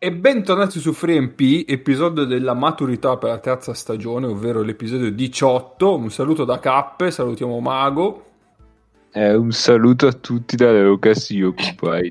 E bentornati su FreeMP, episodio della maturità per la terza stagione, ovvero l'episodio 18. Un saluto da Cappe, salutiamo Mago. Un saluto a tutti da Lucas Yokubai.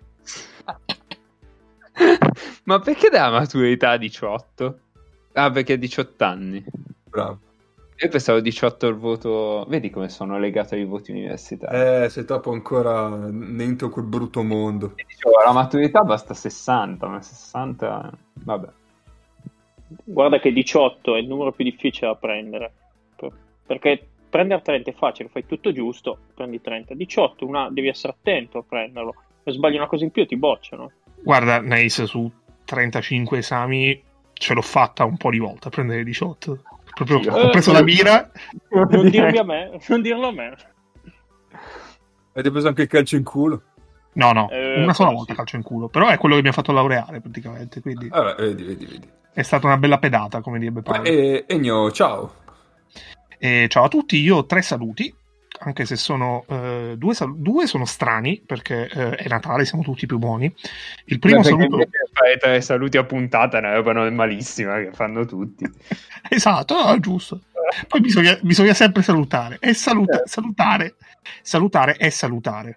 Ma perché della maturità a 18? Ah, perché a 18 anni. Bravo. Io pensavo 18 il voto. Vedi come sono legato ai voti universitari. Sei troppo ancora dentro quel brutto mondo. Dicevo, la maturità basta 60, ma 60... Vabbè. Guarda che 18 è il numero più difficile da prendere, perché prendere 30 è facile, fai tutto giusto, prendi 30. 18 devi essere attento a prenderlo, se sbagli una cosa in più ti bocciano. Guarda, Nace, su 35 esami ce l'ho fatta un po' di volte a prendere 18. Proprio ho preso la mira. Non dirlo a me. Avete preso anche il calcio in culo? No, una sola sì. volta calcio in culo, però è quello che mi ha fatto laureare praticamente, quindi Allora, vedi. è stata una bella pedata, come direbbe Paolo. Egno, ciao. Ciao a tutti, io ho 3 saluti, anche se sono due sono strani, perché è Natale, siamo tutti più buoni. Il primo saluto... Fare 3 saluti a puntata è una roba normalissima che fanno tutti. Esatto, giusto. Poi bisogna sempre salutare. E salutare è salutare.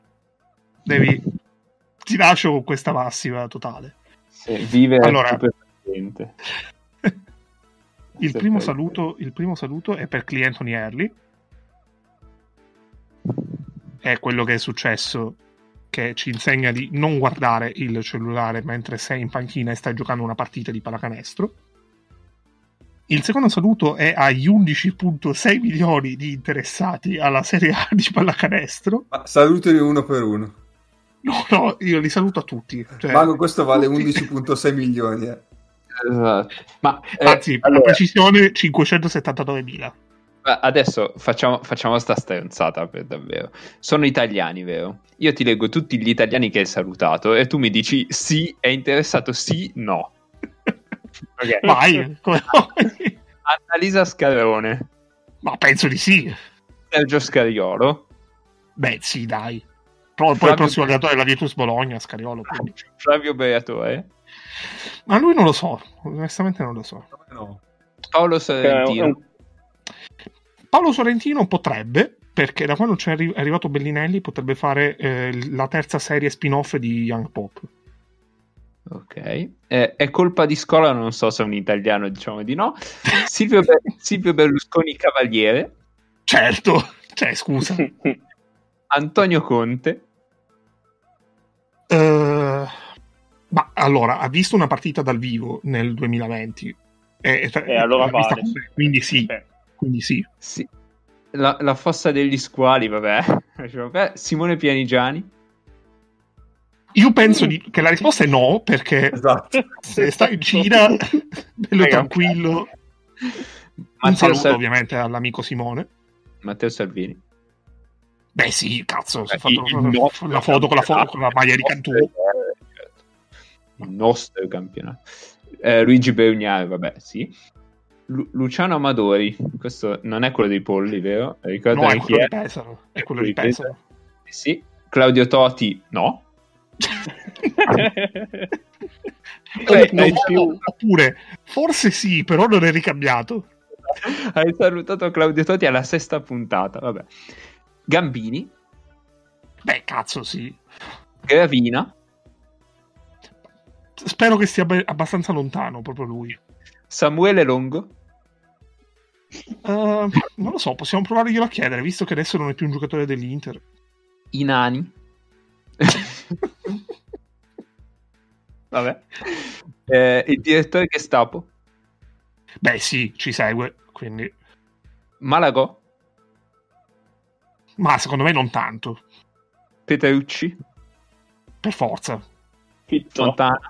Ti lascio con questa massima totale. Vive allora, super presente. Il primo saluto è per Clientoni Early. È quello che è successo, che ci insegna di non guardare il cellulare mentre sei in panchina e stai giocando una partita di pallacanestro. Il secondo saluto è agli 11.6 milioni di interessati alla Serie A di pallacanestro. Ma salutali uno per uno. No, io li saluto a tutti. Cioè, Mago, questo vale tutti. 11.6 milioni. Esatto. Ma, anzi, per la precisione 579.000. Adesso facciamo sta stronzata per davvero. Sono italiani, vero? Io ti leggo tutti gli italiani che hai salutato e tu mi dici sì, è interessato, sì, no. Okay. Vai. Annalisa Scarone. Ma penso di sì. Sergio Scariolo. Beh, sì, dai. Poi il prossimo allenatore è la Virtus Bologna, Scariolo. Quindi. Flavio Beatore. Ma lui non lo so, onestamente non lo so. No. Paolo Sorrentino. Paolo Sorrentino potrebbe, perché da quando c'è arrivato Bellinelli potrebbe fare la terza serie spin-off di Young Pop. Ok, è colpa di Scola, non so se è un italiano, diciamo di no. Silvio Berlusconi Cavaliere. Certo, cioè scusa. Antonio Conte. Ma allora, ha visto una partita dal vivo nel 2020 e allora vale. Quindi sì. Quindi sì. La fossa degli squali, vabbè. Simone Pianigiani. Io penso che la risposta è no, perché se sta in Cina, bello tranquillo. Un saluto ovviamente all'amico Simone. Matteo Salvini. Beh sì, cazzo, si è fatto la foto con la maglia di Cantù. Il nostro campionato. Luigi Beugnaio, vabbè, sì. Luciano Amadori, questo non è quello dei polli, vero? No, è quello di Pesaro. È quello di Pesaro. Sì. Claudio Toti, no. Oppure forse sì, però non è ricambiato. Hai salutato Claudio Toti alla 6ª puntata, vabbè. Gambini. Beh, cazzo, sì. Gravina. Spero che stia abbastanza lontano proprio lui. Samuele Longo. Non lo so, possiamo provarglielo a chiedere, visto che adesso non è più un giocatore dell'Inter. Inani. Vabbè. Il direttore Gestapo. Beh sì, ci segue, quindi. Malagò. Ma secondo me non tanto. Petrucci. Per forza. Fontana.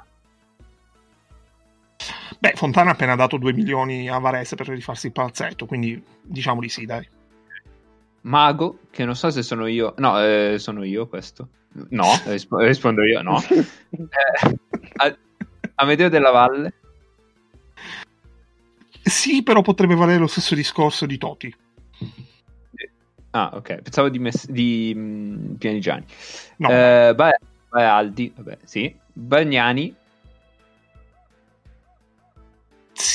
Beh, Fontana ha appena dato 2 milioni a Varese per rifarsi il palazzetto, quindi diciamo di sì, dai. Mago, che non so se sono io. No, sono io questo. No, rispondo io, no. Amedeo Della Valle. Sì, però potrebbe valere lo stesso discorso di Toti. Ah, ok. Pensavo di Pianigiani. No. Aldi, vabbè, sì. Bagnani.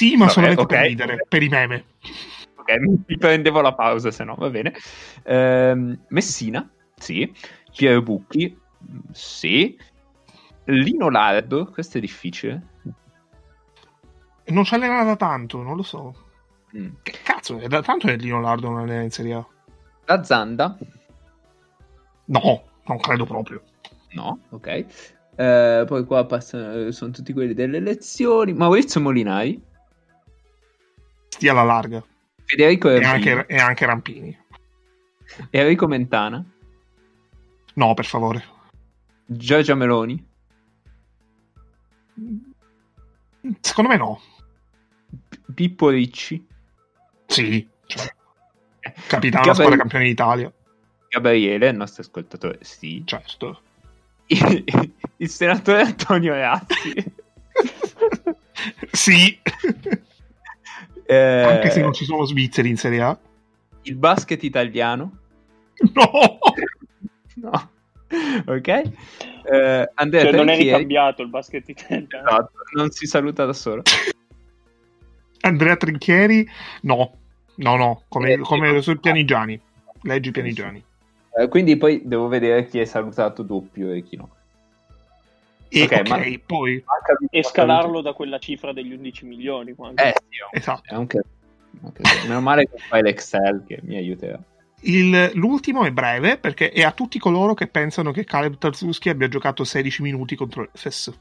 Sì, ma Vabbè, solamente okay. per ridere, per i meme. Ok, mi prendevo la pausa, se no va bene. Messina, sì. Piero Bucchi, sì. Lino Lardo, questo è difficile. Non ci allena da tanto, non lo so. Mm. Che cazzo, è da tanto che Lino Lardo non allena in Serie A? La Zanda, No, non credo proprio. no, ok. Poi qua sono tutti quelli delle elezioni. Maurizio Molinari, Stia alla larga. Federico E Rampini, anche Rampini. Enrico Mentana, No, per favore. Giorgia Meloni, Secondo me no. Pippo Ricci, Sì, cioè, capitano della squadra campione d'Italia. Gabriele, il nostro ascoltatore, sì. Certo. Il senatore Antonio Razzi. Sì. Anche se non ci sono svizzeri in Serie A. Il basket italiano. No. No. Ok. Andrea Cioè, non è Trinchieri. ricambiato il basket italiano. Esatto, non si saluta da solo. Andrea Trinchieri, no, come sul Pianigiani. Leggi Pianigiani. Quindi poi devo vedere chi è salutato doppio e chi no. E Ok, poi E scalarlo da quella cifra degli 11 milioni. Quando... sì, esatto. è anche meno male che fai l'Excel che mi aiuterà. L'ultimo è breve perché è a tutti coloro che pensano che Caleb Tarzuski abbia giocato 16 minuti contro l'Efes.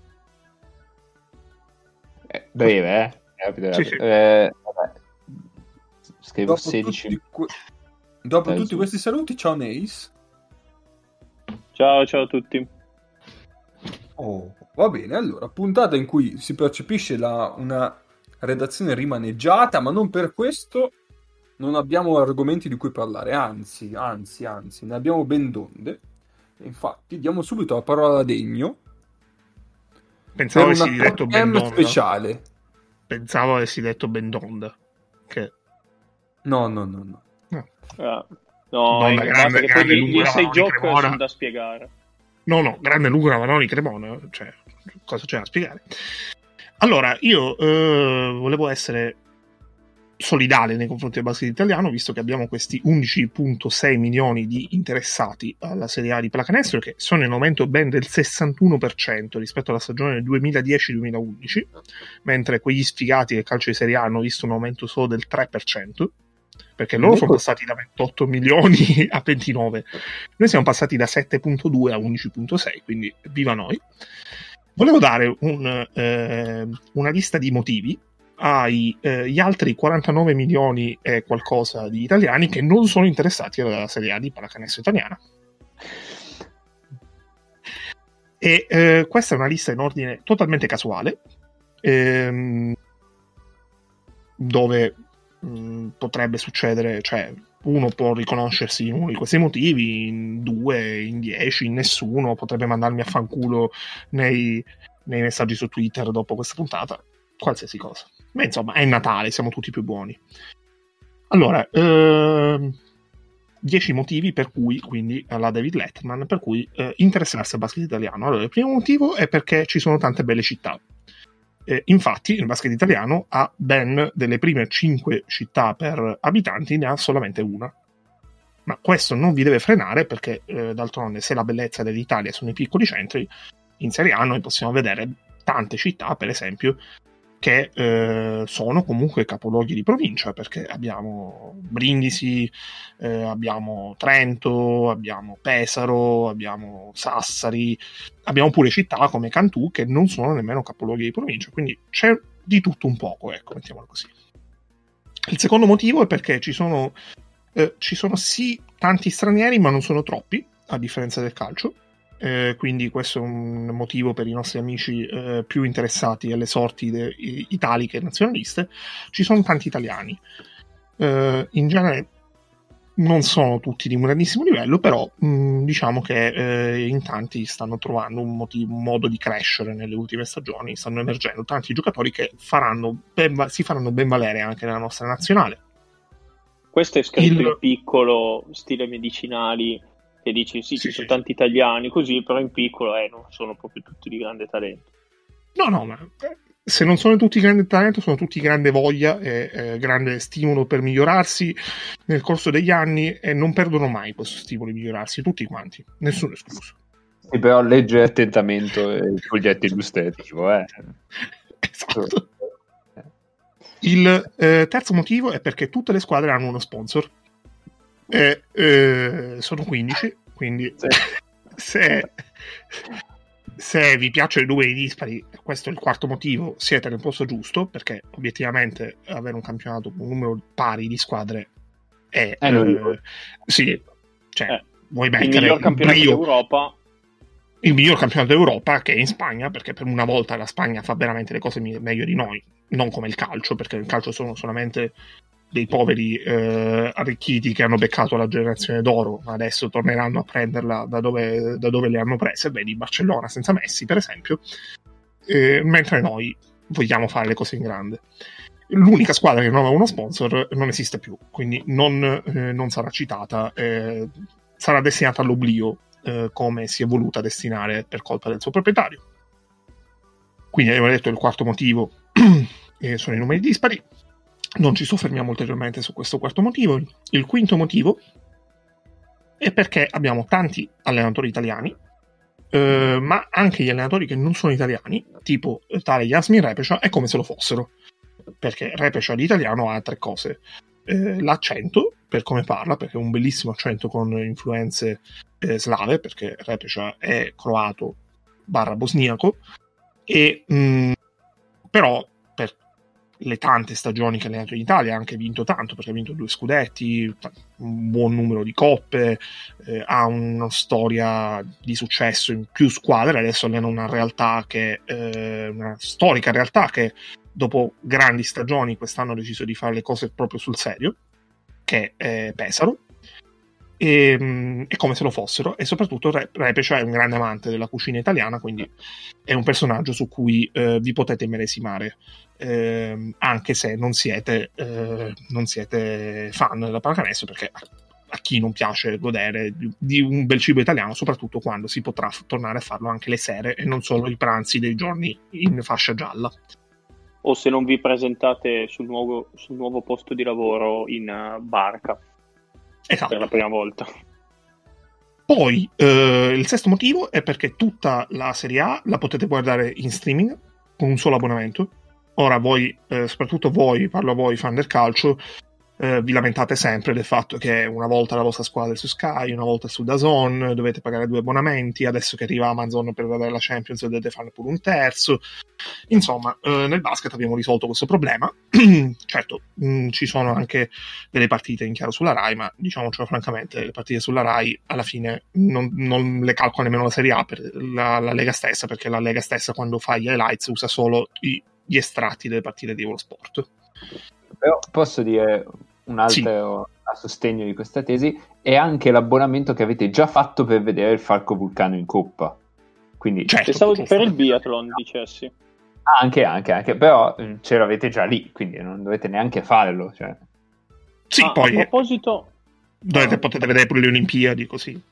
Breve, Rapido. Sì. Vabbè. Scrivo Dopo 16. Dopo tutti questi saluti, ciao Neis. Ciao a tutti. Oh, va bene, allora, puntata in cui si percepisce una redazione rimaneggiata, ma non per questo non abbiamo argomenti di cui parlare, anzi, ne abbiamo ben donde. E infatti, diamo subito la parola a Degno. Pensavo per avessi una detto top 10 Bendonda. speciale. Pensavo avessi detto Bendonda. Che... No. No, Donna grande, che poi gli lunga, sei Vanoni, gioco Cremona. sono da spiegare. No, grande lunga Vanoni Cremona, cioè, cosa c'è da spiegare? Allora, io volevo essere solidale nei confronti del basket italiano, visto che abbiamo questi 11.6 milioni di interessati alla Serie A di pallacanestro, che sono in aumento ben del 61% rispetto alla stagione del 2010-2011, mentre quegli sfigati del calcio di Serie A hanno visto un aumento solo del 3%, perché loro sono passati da 28 milioni a 29. Noi siamo passati da 7.2 a 11.6, quindi viva noi. Volevo dare una lista di motivi gli altri 49 milioni e qualcosa di italiani che non sono interessati alla Serie A di pallacanestro italiana. E questa è una lista in ordine totalmente casuale, dove potrebbe succedere, cioè uno può riconoscersi in uno di questi motivi, in 2, in 10, in nessuno, potrebbe mandarmi a fanculo nei messaggi su Twitter dopo questa puntata, qualsiasi cosa. Ma insomma, è Natale, siamo tutti più buoni. Allora, 10 motivi per cui, quindi, alla David Letterman, per cui interessarsi al basket italiano. Allora, il primo motivo è perché ci sono tante belle città. Infatti, il basket italiano ha ben delle prime 5 città per abitanti, ne ha solamente una. Ma questo non vi deve frenare perché, d'altronde, se la bellezza dell'Italia sono i piccoli centri, in Serie A noi possiamo vedere tante città, per esempio, che sono comunque capoluoghi di provincia, perché abbiamo Brindisi, abbiamo Trento, abbiamo Pesaro, abbiamo Sassari, abbiamo pure città come Cantù che non sono nemmeno capoluoghi di provincia, quindi c'è di tutto un poco, ecco, mettiamolo così. Il secondo motivo è perché ci sono sì tanti stranieri, ma non sono troppi, a differenza del calcio. Quindi questo è un motivo per i nostri amici più interessati alle sorti italiche e nazionaliste. Ci sono tanti italiani, in genere non sono tutti di un grandissimo livello, però diciamo che in tanti stanno trovando un modo di crescere nelle ultime stagioni, stanno emergendo tanti giocatori che si faranno ben valere anche nella nostra nazionale. Questo è scritto in piccolo, stile medicinali, che dici sì, ci sono tanti italiani così, però in piccolo non sono proprio tutti di grande talento. No, ma se non sono tutti grande talento, sono tutti grande voglia e grande stimolo per migliorarsi nel corso degli anni, e non perdono mai questo stimolo di migliorarsi, tutti quanti, nessuno escluso. Sì, però legge attentamente il progetto illustrativo. Esatto. Il terzo motivo è perché tutte le squadre hanno uno sponsor. Sono 15, quindi se vi piacciono i numeri dispari, questo è il quarto motivo, siete nel posto giusto, perché obiettivamente avere un campionato con un numero pari di squadre è sì, cioè vuoi mettere il miglior campionato d'Europa. Il miglior campionato d'Europa, che è in Spagna, perché per una volta la Spagna fa veramente le cose meglio di noi, non come il calcio, perché il calcio sono solamente dei poveri arricchiti che hanno beccato la generazione d'oro, adesso torneranno a prenderla da dove le hanno prese, vedi Barcellona senza Messi per esempio, mentre noi vogliamo fare le cose in grande. L'unica squadra che non ha uno sponsor non esiste più, quindi non sarà citata, sarà destinata all'oblio, come si è voluta destinare per colpa del suo proprietario. Quindi abbiamo detto il quarto motivo sono i numeri dispari, non ci soffermiamo ulteriormente su questo quarto motivo. Il quinto motivo è perché abbiamo tanti allenatori italiani, ma anche gli allenatori che non sono italiani, tipo tale Jasmin Repeša, è come se lo fossero, perché Repeša di italiano ha tre cose: l'accento, per come parla, perché è un bellissimo accento con influenze slave, perché Repeša è croato / bosniaco, e però per le tante stagioni che ha allenato in Italia ha anche vinto tanto, perché ha vinto 2 scudetti, un buon numero di coppe, ha una storia di successo in più squadre, adesso allena una realtà che una storica realtà che dopo grandi stagioni quest'anno ha deciso di fare le cose proprio sul serio, che è Pesaro, e come se lo fossero, e soprattutto Repeša è un grande amante della cucina italiana, quindi è un personaggio su cui vi potete immedesimare, anche se non siete fan della pallacanestro, perché a chi non piace godere di un bel cibo italiano, soprattutto quando si potrà tornare a farlo anche le sere e non solo i pranzi dei giorni in fascia gialla. O se non vi presentate sul nuovo posto di lavoro in barca. Esatto. Per la prima volta. Poi il sesto motivo è perché tutta la Serie A la potete guardare in streaming con un solo abbonamento. Ora voi, soprattutto voi, parlo a voi fan del calcio, vi lamentate sempre del fatto che una volta la vostra squadra è su Sky, una volta è su DAZN, dovete pagare 2 abbonamenti, adesso che arriva Amazon per vedere la Champions dovete farne pure un terzo. Insomma, nel basket abbiamo risolto questo problema. Certo, ci sono anche delle partite in chiaro sulla Rai, ma diciamocelo francamente, le partite sulla Rai alla fine non le calcola nemmeno la Serie A per la Lega stessa, perché la Lega stessa quando fa gli highlights usa solo gli estratti delle partite di Eurosport. Però posso dire un altro a sostegno di questa tesi, è anche l'abbonamento che avete già fatto per vedere il Falco Vulcano in Coppa. Quindi pensavo per il biathlon dicessi. Anche, però ce l'avete già lì, quindi non dovete neanche farlo. Cioè. Sì, poi a proposito... potete vedere pure le Olimpiadi, così.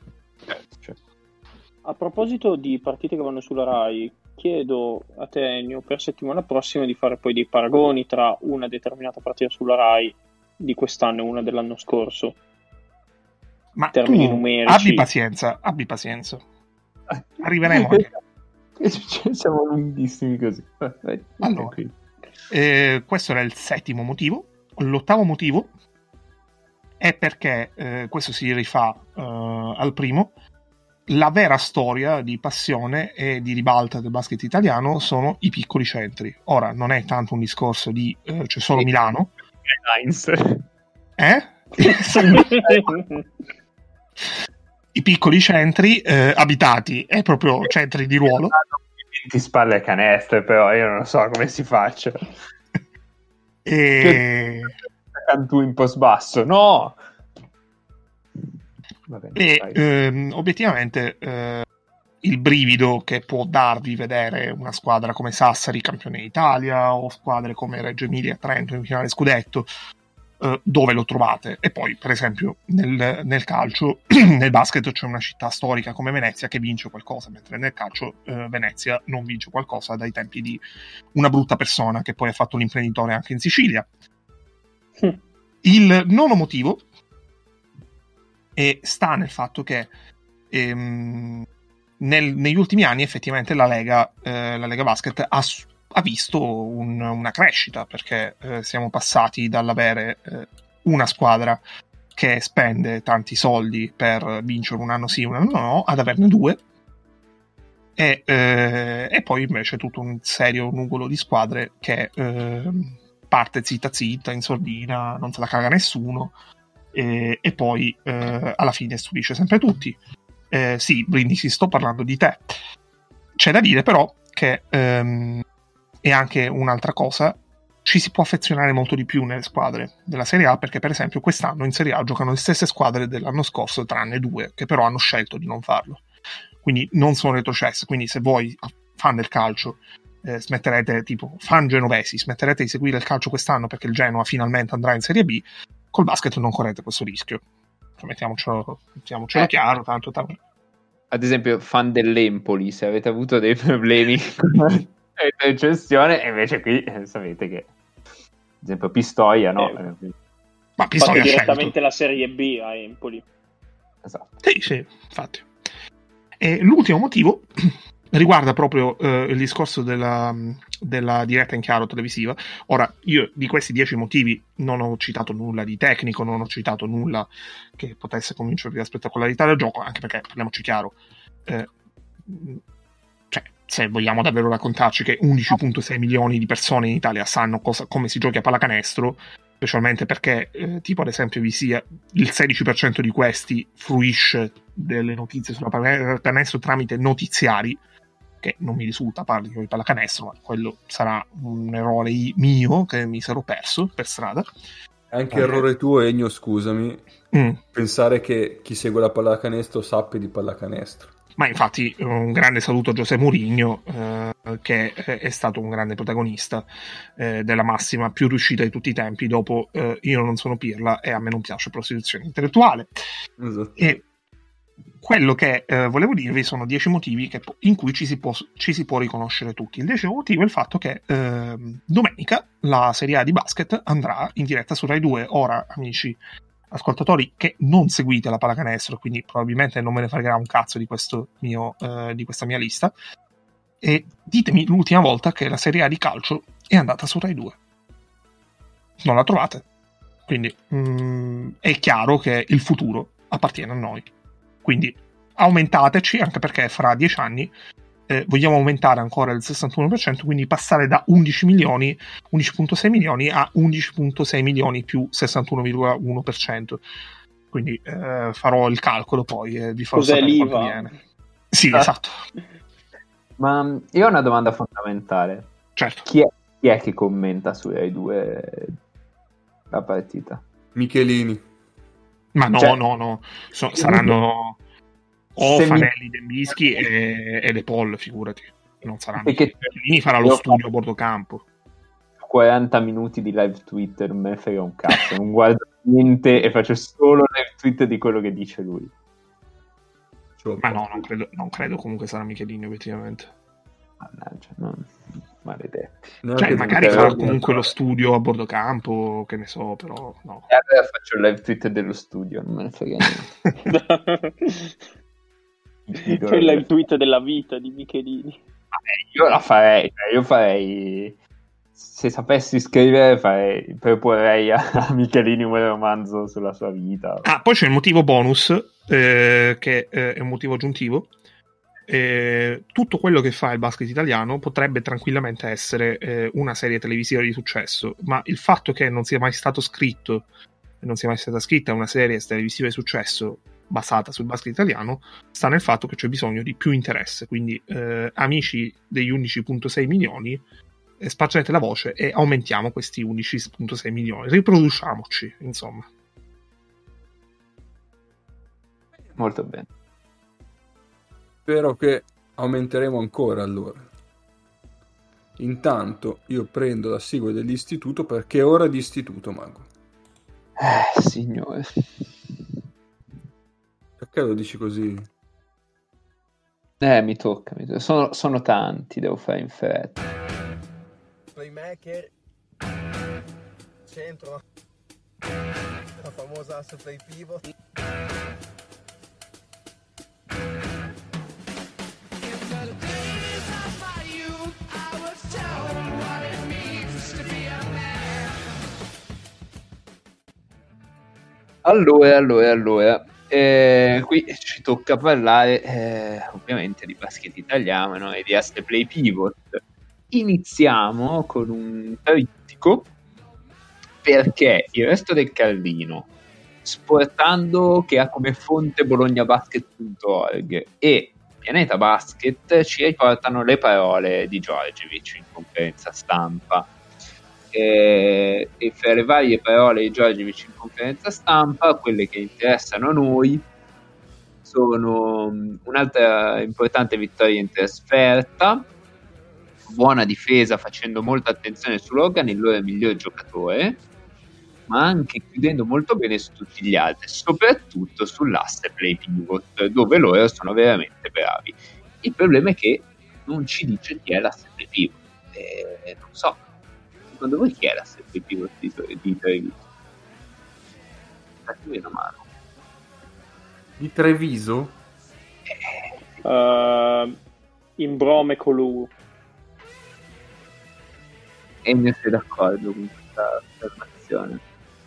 A proposito di partite che vanno sulla Rai, chiedo a te, Ennio, per settimana prossima di fare poi dei paragoni tra una determinata partita sulla Rai di quest'anno e una dell'anno scorso. Ma termini tu numerici. Abbi pazienza. Arriveremo anche. Siamo lunghissimi così. Allora, questo era il settimo motivo. L'ottavo motivo è perché questo si rifà al primo. La vera storia di passione e di ribalta del basket italiano sono i piccoli centri. Ora, non è tanto un discorso di c'è solo Milano. I piccoli centri abitati, è proprio centri di ruolo. Ti spalle a canestre, però io non so come si faccia. Tu in post basso, no! Va bene, obiettivamente il brivido che può darvi vedere una squadra come Sassari campione d'Italia o squadre come Reggio Emilia Trento in finale scudetto dove lo trovate. E poi, per esempio, nel calcio, nel basket c'è una città storica come Venezia che vince qualcosa, mentre nel calcio Venezia non vince qualcosa dai tempi di una brutta persona che poi ha fatto l'imprenditore anche in Sicilia. Il nono motivo sta nel fatto che negli ultimi anni effettivamente la Lega Basket ha visto una crescita, perché siamo passati dall'avere una squadra che spende tanti soldi per vincere un anno sì, un anno no, ad averne due, e poi invece tutto un serio nugolo di squadre che parte zitta zitta, in sordina, non se la caga nessuno, e poi alla fine stupisce sempre tutti. Sì, Brindisi, sto parlando di te. C'è da dire però che e anche un'altra cosa, ci si può affezionare molto di più nelle squadre della Serie A, perché per esempio quest'anno in Serie A giocano le stesse squadre dell'anno scorso, tranne due che però hanno scelto di non farlo, quindi non sono retrocesse. Quindi se voi, fan del calcio, smetterete, tipo fan genovesi, smetterete di seguire il calcio quest'anno perché il Genoa finalmente andrà in Serie B, col basket non correte questo rischio. Mettiamocelo chiaro, tanto. Ad esempio, fan dell'Empoli, se avete avuto dei problemi recensione, e invece qui sapete che, ad esempio, Pistoia, no? Ma Pistoia direttamente la Serie B a Empoli. Esatto. Sì, infatti. E l'ultimo motivo riguarda proprio il discorso della diretta in chiaro televisiva. Ora, io di questi 10 motivi non ho citato nulla di tecnico, non ho citato nulla che potesse convincervi della spettacolarità del gioco, anche perché, parliamoci chiaro, cioè, se vogliamo davvero raccontarci che 11.6 milioni di persone in Italia sanno come si giochi a pallacanestro, specialmente perché tipo ad esempio vi sia il 16% di questi fruisce delle notizie sulla pallacanestro tramite notiziari, che non mi risulta parlino di pallacanestro, ma quello sarà un errore mio che mi sarò perso per strada. Anche errore tuo, Ennio, scusami, pensare che chi segue la pallacanestro sappia di pallacanestro. Ma infatti un grande saluto a José Mourinho, che è stato un grande protagonista della massima più riuscita di tutti i tempi dopo Io non sono Pirla e a me non piace prostituzione intellettuale. Esatto. E quello che volevo dirvi sono 10 motivi in cui ci si può riconoscere tutti. Il 10° motivo è il fatto che domenica la Serie A di basket andrà in diretta su Rai 2. Ora, amici ascoltatori che non seguite la pallacanestro, quindi probabilmente non me ne fregherà un cazzo di questa mia lista, e ditemi l'ultima volta che la Serie A di calcio è andata su Rai 2. Non la trovate. Quindi è chiaro che il futuro appartiene a noi. Quindi aumentateci, anche perché fra 10 anni vogliamo aumentare ancora il 61%, quindi passare da 11.6 milioni a 11.6 milioni più 61,1%. Quindi farò il calcolo poi e vi farò sapere quanto viene. Sì, esatto. Ma io ho una domanda fondamentale. Certo. Chi è che commenta su Rai 2 la partita? Michelini. Ma no. Saranno Fanelli, Dembischi e De Paul, figurati. Non saranno. Perché Michelini farà lo studio a bordo campo. 40 minuti di live Twitter, me ne frega un cazzo, non guardo niente e faccio solo live Twitter di quello che dice lui. Ma no, non credo comunque sarà Michelini, obiettivamente. Mannaggia, maledetti. Cioè, magari farà comunque lo studio a bordo campo, che ne so, però no. E allora faccio il live Twitter dello studio, non me ne frega niente. C'è il live tweet della vita di Michelini. Io la farei, io farei, se sapessi scrivere proporrei a Michelini un romanzo sulla sua vita. Poi c'è il motivo bonus, che è un motivo aggiuntivo. Tutto quello che fa il basket italiano potrebbe tranquillamente essere una serie televisiva di successo, ma il fatto che non sia mai stato scritto, non sia mai stata scritta una serie televisiva di successo basata sul basket italiano, sta nel fatto che c'è bisogno di più interesse. Quindi amici degli 11.6 milioni, spacciate la voce e aumentiamo questi 11.6 milioni, riproduciamoci, insomma. Molto bene. Spero che aumenteremo ancora allora. Intanto io prendo la sigla dell'istituto, perché è ora di istituto, Mago. Signore. Perché lo dici così? Mi tocca. Sono tanti, devo fare in fretta. Playmaker, centro, la famosa asse play pivot. Allora. Qui ci tocca parlare ovviamente di basket italiano e di aste play pivot. Iniziamo con un trittico, perché il resto del Carlino, Sportando, che ha come fonte bolognabasket.org, e Pianeta Basket ci riportano le parole di Djordjevic in conferenza stampa. E fra le varie parole di Djordjevic in conferenza stampa, quelle che interessano a noi sono un'altra importante vittoria in trasferta, buona difesa facendo molta attenzione su Logan, il loro miglior giocatore, ma anche chiudendo molto bene su tutti gli altri, soprattutto sull'asse play pivot, dove loro sono veramente bravi. Il problema è che non ci dice chi è l'asse play pivot. Non so, secondo voi chi è l'asse play pivot di Treviso? Datemi una mano. Di Treviso? Imbrome Colù. E ne sei d'accordo con questa affermazione?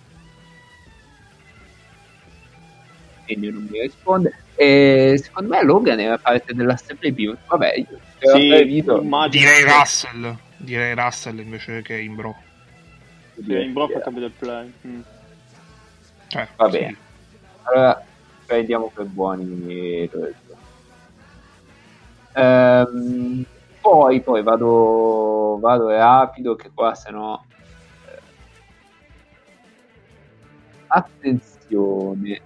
Quindi non mi risponde. Secondo me Logan era parte dell'asse play pivot. Vabbè, io direi Russell invece che Imbro. Imbro fa cambio del play. Va bene. Sì. Allora prendiamo per buoni. Poi vado rapido, che qua sennò attenzione.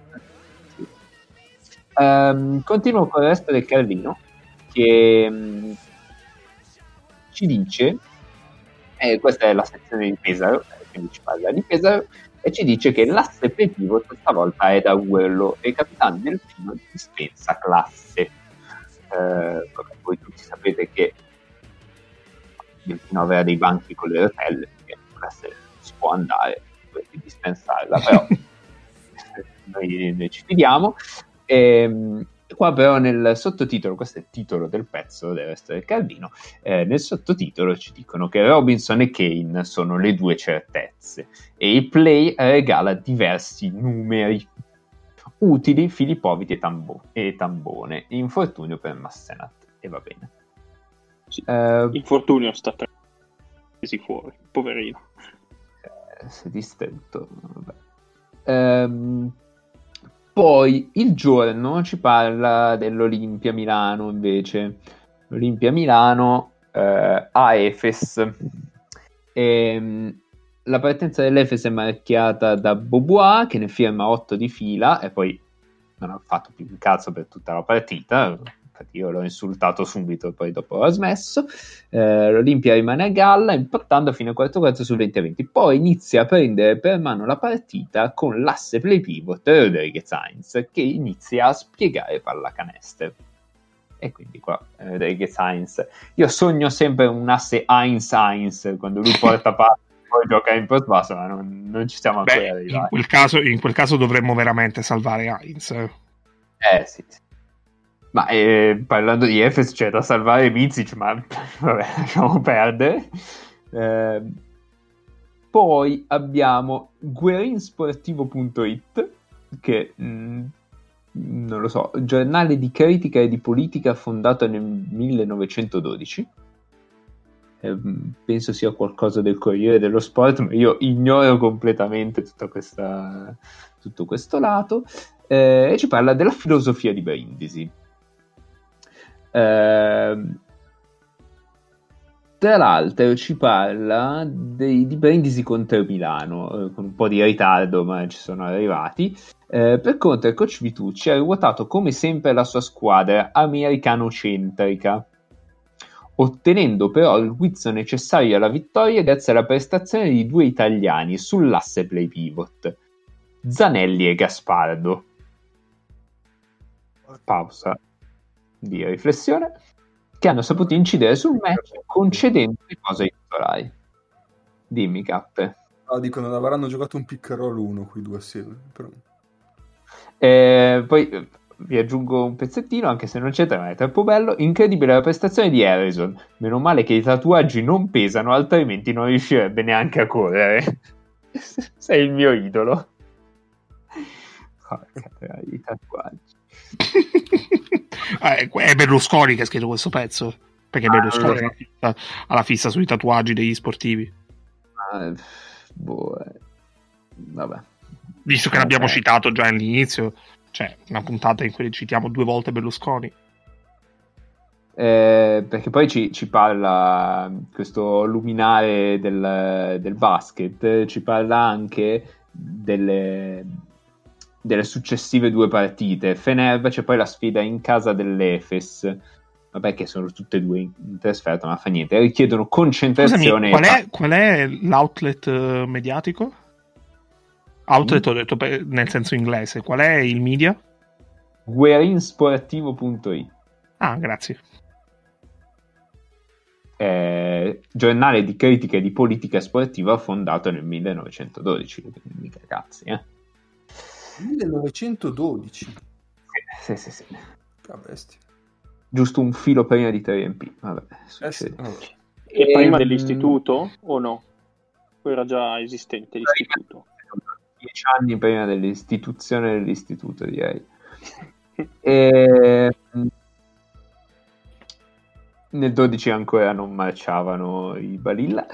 Continuo con il resto del Carlino, che ci dice, questa è la sezione di Pesaro, quindi ci parla di Pesaro, e ci dice che l'asse play pivot stavolta è da Urlo e Capitano Delfino dispensa classe. Voi tutti sapete che Delfino aveva dei banchi con le rotelle, perché classe si può andare, potete dispensarla, però noi ci fidiamo. Qua però nel sottotitolo, questo è il titolo del pezzo del resto del Carlino, nel sottotitolo ci dicono che Robinson e Kane sono le due certezze e il play regala diversi numeri utili, Filippoviti e Tambone, infortunio per Massenat, e va bene. Sì. Infortunio, sta 3 mesi fuori, poverino. Si è distrutto, vabbè. Poi il giorno ci parla dell'Olimpia Milano, invece. L'Olimpia Milano a Efes. La partenza dell'Efes è marchiata da Bobois, che ne firma 8 di fila, e poi non ha fatto più un cazzo per tutta la partita. Infatti io l'ho insultato subito, poi dopo ho smesso. L'Olimpia rimane a galla, impattando fino al quarto quarto sul 20-20. Poi inizia a prendere per mano la partita con l'asse play pivot Rodriguez Heinz, che inizia a spiegare pallacanestro. E quindi qua Rodriguez Heinz, io sogno sempre un asse Heinz quando lui porta palla, poi gioca in post basso, ma non ci siamo ancora arrivati. In quel caso dovremmo veramente salvare Heinz. Sì. Ma parlando di Efes c'è da salvare Mizic, ma vabbè, lasciamo perdere. Poi abbiamo guerinsportivo.it, che non lo so, giornale di critica e di politica fondato nel 1912. Penso sia qualcosa del Corriere dello Sport, ma io ignoro completamente tutto questo lato. E ci parla della filosofia di Brindisi. Tra l'altro ci parla di Brindisi contro Milano, con un po' di ritardo, ma ci sono arrivati. Per contro il coach Vitucci ha ruotato come sempre la sua squadra americano-centrica, ottenendo però il guizzo necessario alla vittoria grazie alla prestazione di 2 italiani sull'asse play pivot, Zanelli e Gaspardo. Pausa di riflessione. Che hanno saputo incidere sul match concedendo le cose ai titolari. Dimmi, Cappe. No, dicono avranno giocato un pick and roll 1 qui due assieme. Però... Poi vi aggiungo un pezzettino, anche se non c'entra, ma è troppo bello. Incredibile la prestazione di Harrison. Meno male che i tatuaggi non pesano, altrimenti non riuscirebbe neanche a correre. Sei il mio idolo. Porca, i tatuaggi. È Berlusconi che ha scritto questo pezzo, perché Berlusconi ha la fissa sui tatuaggi degli sportivi. Vabbè. Visto che l'abbiamo citato già all'inizio, cioè una puntata in cui citiamo 2 volte Berlusconi. Perché poi ci parla questo luminare del basket, ci parla anche delle successive 2 partite. Fenerbahce, poi la sfida in casa dell'Efes, vabbè, che sono tutte e 2 in trasferta, ma fa niente, richiedono concentrazione. Scusami, qual è l'outlet mediatico? Outlet ho detto nel senso inglese. Qual è il media? Guerinsportivo.it. Ah, grazie. Giornale di critica e di politica sportiva fondato nel 1912, quindi mica cazzi, 1912. Sì. Bestia. Giusto un filo prima di 3MP. Vabbè, sì. E prima dell'istituto o no? O era già esistente l'istituto? 10 anni prima dell'istituzione dell'istituto, direi. Nel 12 ancora non marciavano i Balilla.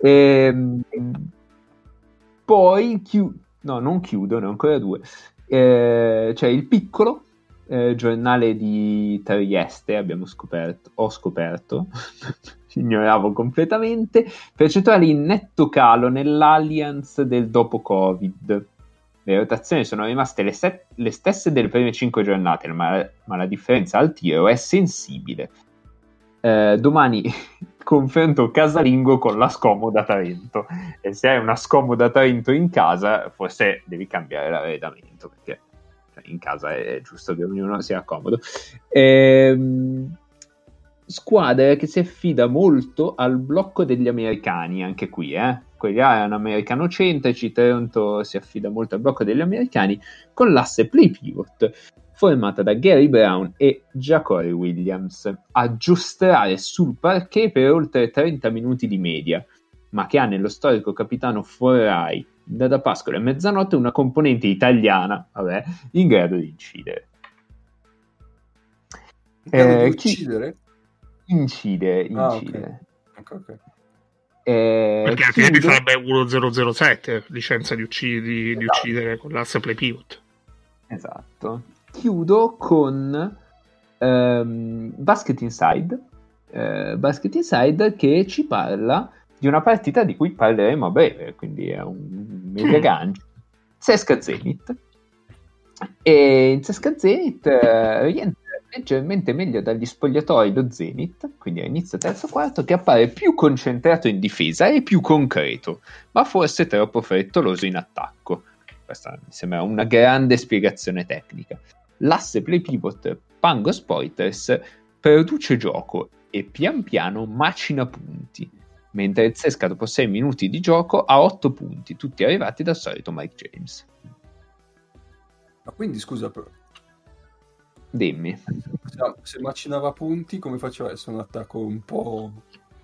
Poi non chiudono, ancora 2. C'è il Piccolo, giornale di Trieste, ho scoperto, ignoravo completamente, percentuali in netto calo nell'Allianz del dopo Covid. Le rotazioni sono rimaste le stesse delle prime 5 giornate, ma la differenza al tiro è sensibile. Domani confronto casalingo con la scomoda Trento, e se hai una scomoda Trento in casa forse devi cambiare l'arredamento, perché in casa è giusto che ognuno sia comodo. Squadra che si affida molto al blocco degli americani, anche qui quelli erano americanocentrici. Trento si affida molto al blocco degli americani, con l'asse play pivot formata da Gary Brown e Ja'Cory Williams, a giostrare sul parquet per oltre 30 minuti di media, ma che ha nello storico capitano Forrai, Dada Pascolo e Mezzanotte una componente italiana, in grado di incidere. Incidere? Incide. Okay. Perché altrimenti sarebbe 1007 licenza di uccidere con l'asse play pivot. Esatto. Chiudo con Basket Inside, che ci parla di una partita di cui parleremo a breve, quindi è un mega gancio. CSKA Zenit. E in CSKA Zenit rientra leggermente meglio dagli spogliatoi lo Zenit, quindi a inizio terzo quarto, che appare più concentrato in difesa e più concreto, ma forse troppo frettoloso in attacco. Questa mi sembra una grande spiegazione tecnica. L'asse play pivot Pangos Poitras produce gioco e pian piano macina punti, mentre il CSKA dopo 6 minuti di gioco ha 8 punti, tutti arrivati dal solito Mike James. Ma quindi scusa, dimmi. Se macinava punti, come faceva a essere un attacco un po'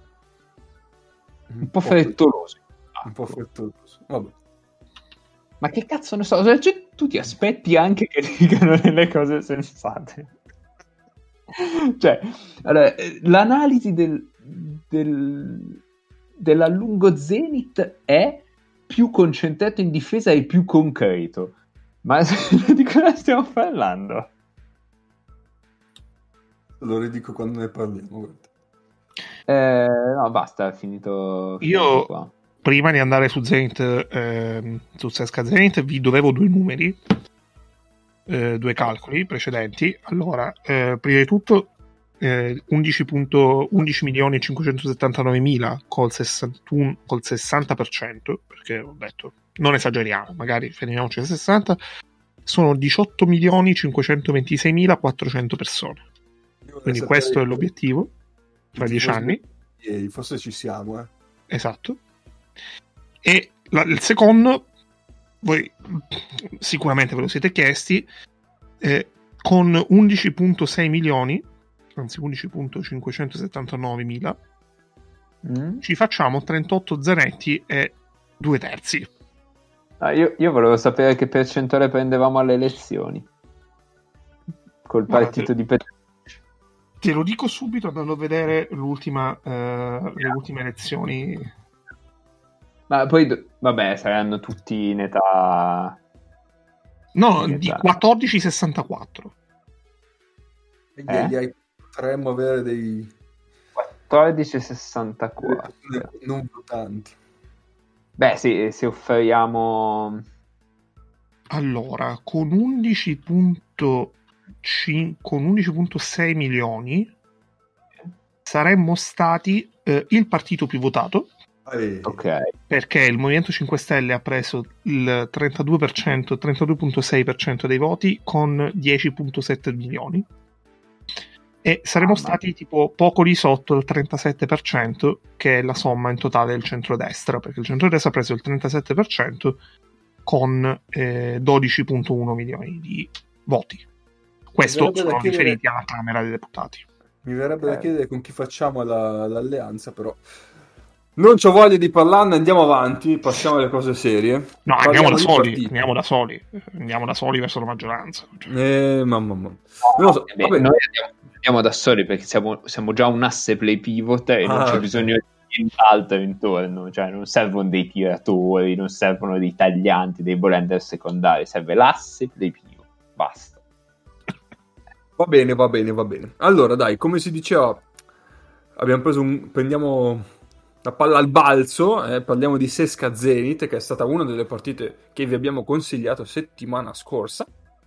frettoloso? Un po' frettoloso, vabbè. Ma che cazzo ne so, cioè, tu ti aspetti anche che dicano delle cose sensate. Cioè, allora, l'analisi dell'allungo Zenit è più concentrato in difesa e più concreto. Ma di cosa stiamo parlando? Lo ridico quando ne parliamo. No, basta, è finito Io qua. Prima di andare su Zenit, su CSKA Zenit, vi dovevo 2 numeri, 2 calcoli precedenti. Allora, prima di tutto, 11.579.000 col 60%, perché ho detto non esageriamo, magari fermiamoci al 60%, sono 18.526.400 persone. Quindi questo è l'obiettivo tra 10 anni. Forse ci siamo, Esatto. E il secondo, voi sicuramente ve lo siete chiesti, con 11.6 milioni, anzi 11.579.000, ci facciamo 38 zanetti e 2/3. Io volevo sapere che percentuale prendevamo alle elezioni col partito di Petrucci. Te lo dico subito andando a vedere le ultime elezioni. Ma poi, vabbè, saranno tutti in età... No, di 14-64. Potremmo avere dei 14-64 non votanti. Beh, sì, se offriamo... Allora, con 11.6 milioni saremmo stati il partito più votato. Ok. Perché il Movimento 5 Stelle ha preso il 32,6% dei voti con 10,7 milioni e saremmo stati tipo poco di sotto il 37%, che è la somma in totale del centrodestra, perché il centrodestra ha preso il 37% con 12,1 milioni di voti. Questo sono riferiti alla Camera dei Deputati. Mi verrebbe da chiedere con chi facciamo l'alleanza, però non c'ho voglia di parlarne, andiamo avanti, passiamo alle cose serie. No, andiamo da soli verso la maggioranza. Mamma. Non lo so. Noi andiamo da soli perché siamo già un asse play pivot e non c'è bisogno di nient'altro intorno, cioè non servono dei tiratori, non servono dei taglianti, dei blender secondari, serve l'asse play pivot, basta. Va bene. Allora, dai, come si diceva, prendiamo la palla al balzo, parliamo di Sesca Zenit, che è stata una delle partite che vi abbiamo consigliato settimana scorsa.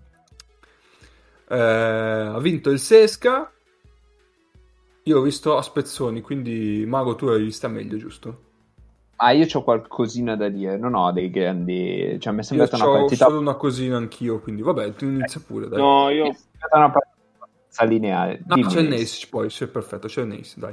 Ha vinto il Sesca. Io l'ho visto a spezzoni, quindi Mago, tu l'hai vista meglio, giusto? Io c'ho qualcosina da dire, non ho dei grandi... Cioè, mi è sembrata una partita... solo una cosina anch'io, quindi vabbè, tu inizia pure, dai. No, io... È stata una partita lineare. No, c'è il Nace poi, sì, perfetto, c'è il Nace, dai.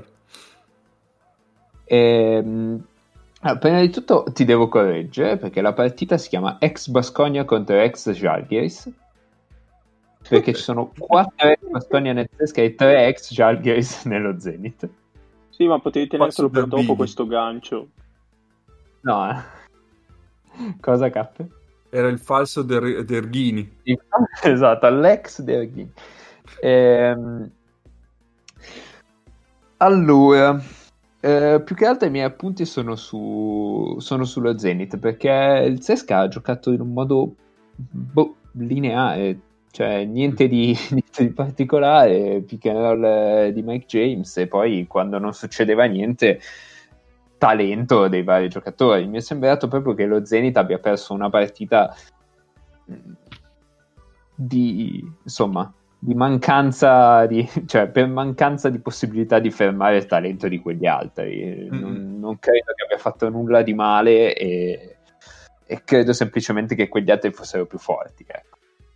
Prima di tutto ti devo correggere, perché la partita si chiama ex Baskonia contro ex Žalgiris, perché ci sono 4 ex Baskonia nel Sesca e 3 ex Žalgiris nello Zenit. Sì, ma potevi tenertelo per dopo questo gancio. No, cosa Cappe? Era il falso Derghini. Esatto, l'ex Derghini. Allora, più che altro i miei appunti sono sullo Zenit, perché il Sesca ha giocato in un modo lineare, cioè niente di particolare, pick and roll di Mike James, e poi quando non succedeva niente, talento dei vari giocatori. Mi è sembrato proprio che lo Zenit abbia perso una partita di mancanza cioè per mancanza di possibilità di fermare il talento di quegli altri. Non credo che abbia fatto nulla di male e credo semplicemente che quegli altri fossero più forti, ecco.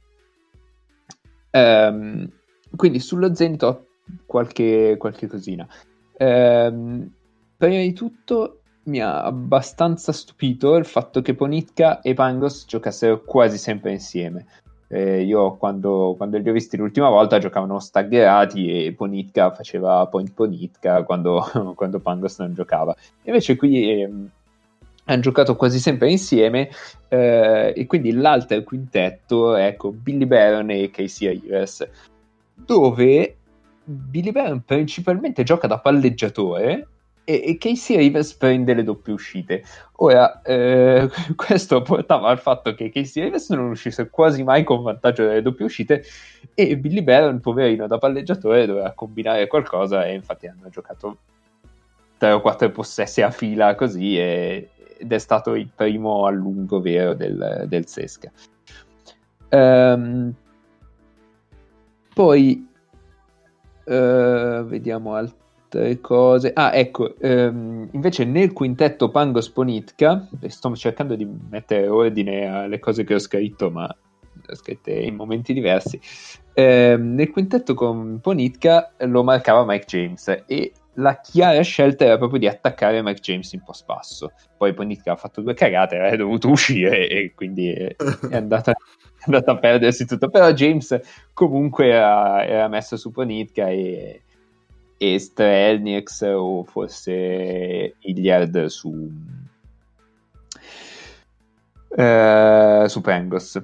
Quindi sullo Zenit ho qualche cosina. Prima di tutto mi ha abbastanza stupito il fatto che Ponitka e Pangos giocassero quasi sempre insieme. Io quando li ho visti l'ultima volta giocavano staggerati e Ponitka faceva point Ponitka quando Pangos non giocava. Invece qui hanno giocato quasi sempre insieme, e quindi l'altro quintetto è Billy Baron e Casey Rivers, dove Billy Baron principalmente gioca da palleggiatore e Casey Rivers prende le doppie uscite. Ora, questo portava al fatto che Casey Rivers non uscisse quasi mai con vantaggio delle doppie uscite e Billy Baron, poverino da palleggiatore, doveva combinare qualcosa, e infatti hanno giocato 3 o 4 possessi a fila così, ed è stato il primo a lungo vero del Sesca. Poi Vediamo altre cose. Ecco, invece nel quintetto Pangos Ponitka, sto cercando di mettere ordine alle cose che ho scritto, ma le ho scritte in momenti diversi. Nel quintetto con Ponitka lo marcava Mike James e la chiara scelta era proprio di attaccare Mike James in post basso. Poi Ponitka ha fatto 2 cagate, è dovuto uscire e quindi è andata a perdersi tutto. Però James comunque era messo su Ponitka e Strelnieks o forse Hilliard su Pangos.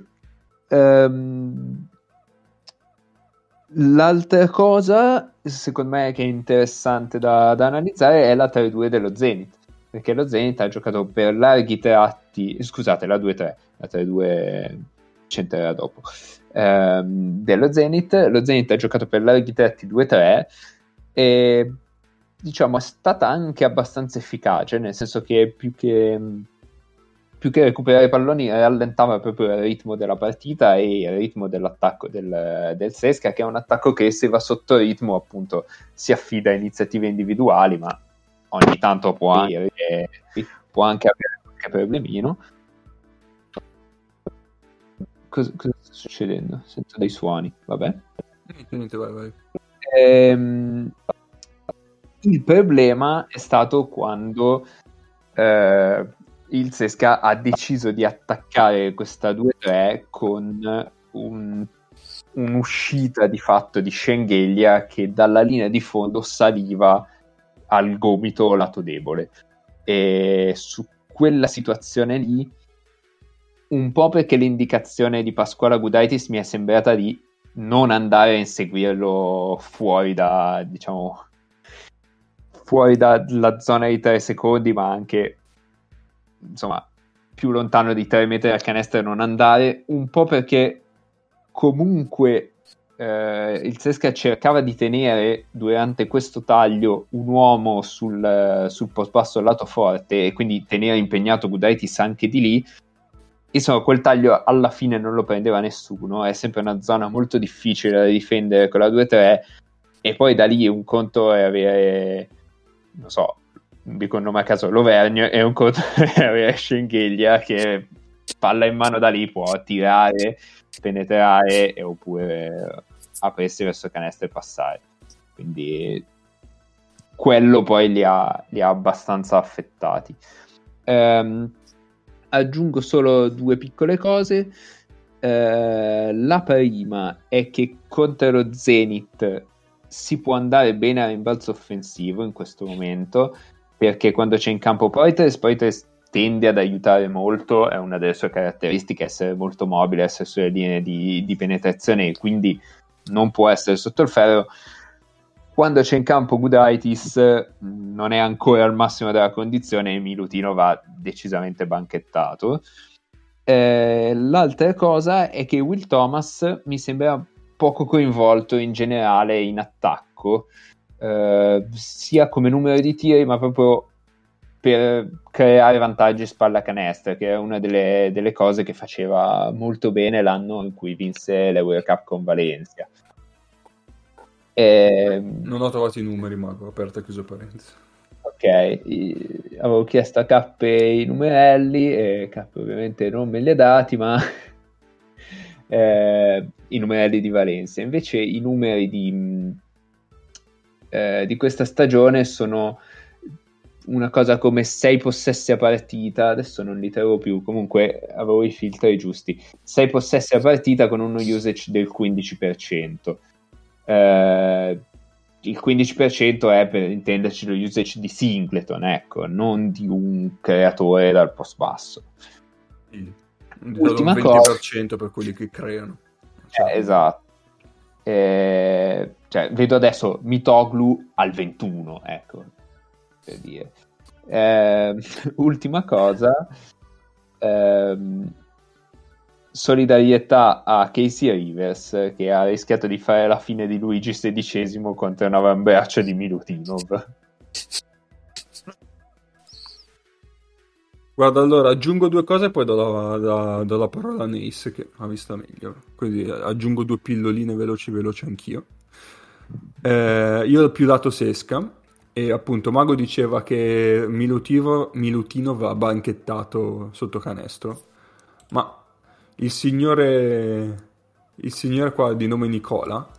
L'altra cosa secondo me che è interessante da analizzare è la 3-2 dello Zenit, perché lo Zenit ha giocato per larghi tratti, scusate, la 2-3, la 3-2 c'entrerà dopo, dello Zenit. Lo Zenit ha giocato per larghi tratti 2-3 e diciamo è stata anche abbastanza efficace, nel senso che più che recuperare i palloni rallentava proprio il ritmo della partita e il ritmo dell'attacco del Sesca, che è un attacco che se va sotto ritmo appunto si affida a iniziative individuali, ma ogni tanto può anche avere qualche problemino. Cosa sta succedendo? Sento dei suoni, vabbè. Niente, vai. Il problema è stato quando il Sesca ha deciso di attaccare questa 2-3 con un'uscita di fatto di Schengelia che dalla linea di fondo saliva al gomito lato debole, e su quella situazione lì, un po' perché l'indicazione di Pasquale Gudaitis mi è sembrata di non andare a inseguirlo fuori dalla zona di 3 secondi, ma anche insomma più lontano di 3 metri dal canestro non andare, un po' perché comunque il Sesca cercava di tenere durante questo taglio un uomo sul post basso lato forte e quindi tenere impegnato Gudaitis anche di lì. Insomma, quel taglio alla fine non lo prendeva nessuno, è sempre una zona molto difficile da difendere con la 2-3, e poi da lì un conto è avere, non so, dico un nome a caso, l'Auvergne, e un conto è avere Schengelia che palla in mano da lì può tirare, penetrare oppure aprirsi verso canestro e passare. Quindi quello poi li ha abbastanza affettati. Aggiungo solo 2 piccole cose. La prima è che contro lo Zenit si può andare bene a rimbalzo offensivo in questo momento, perché quando c'è in campo Poitres tende ad aiutare molto, è una delle sue caratteristiche essere molto mobile, essere sulle linee di penetrazione, e quindi non può essere sotto il ferro. Quando c'è in campo Gudaitis non è ancora al massimo della condizione e Milutino va decisamente banchettato. L'altra cosa è che Will Thomas mi sembra poco coinvolto in generale in attacco, sia come numero di tiri ma proprio per creare vantaggi spalla canestro, che è una delle cose che faceva molto bene l'anno in cui vinse l'Eurocup con Valencia. Non ho trovato i numeri, ma ho aperto e chiuso parentesi. Ok, avevo chiesto a K i numerelli e K ovviamente non me li ha dati, ma i numerelli di Valencia. Invece i numeri di questa stagione sono una cosa come 6 possessi a partita, adesso non li trovo più, comunque avevo i filtri giusti, 6 possessi a partita con uno usage del 15%. Il 15% è, per intenderci, lo usage di Singleton, ecco, non di un creatore dal post basso. Ultima un 20% cosa, per quelli che creano. Esatto. Cioè, vedo adesso Mitoglu al 21, ecco, per dire. Ultima cosa, solidarietà a Casey Rivers, che ha rischiato di fare la fine di Luigi XVI contro un avambraccio di Milutinov. Guarda, allora aggiungo 2 cose e poi do la parola a Nace, che ha vista meglio, quindi aggiungo 2 pilloline veloci anch'io. Io ho più dato Sesca e appunto Mago diceva che Milutinov ha banchettato sotto canestro, ma il signore qua di nome Nicola,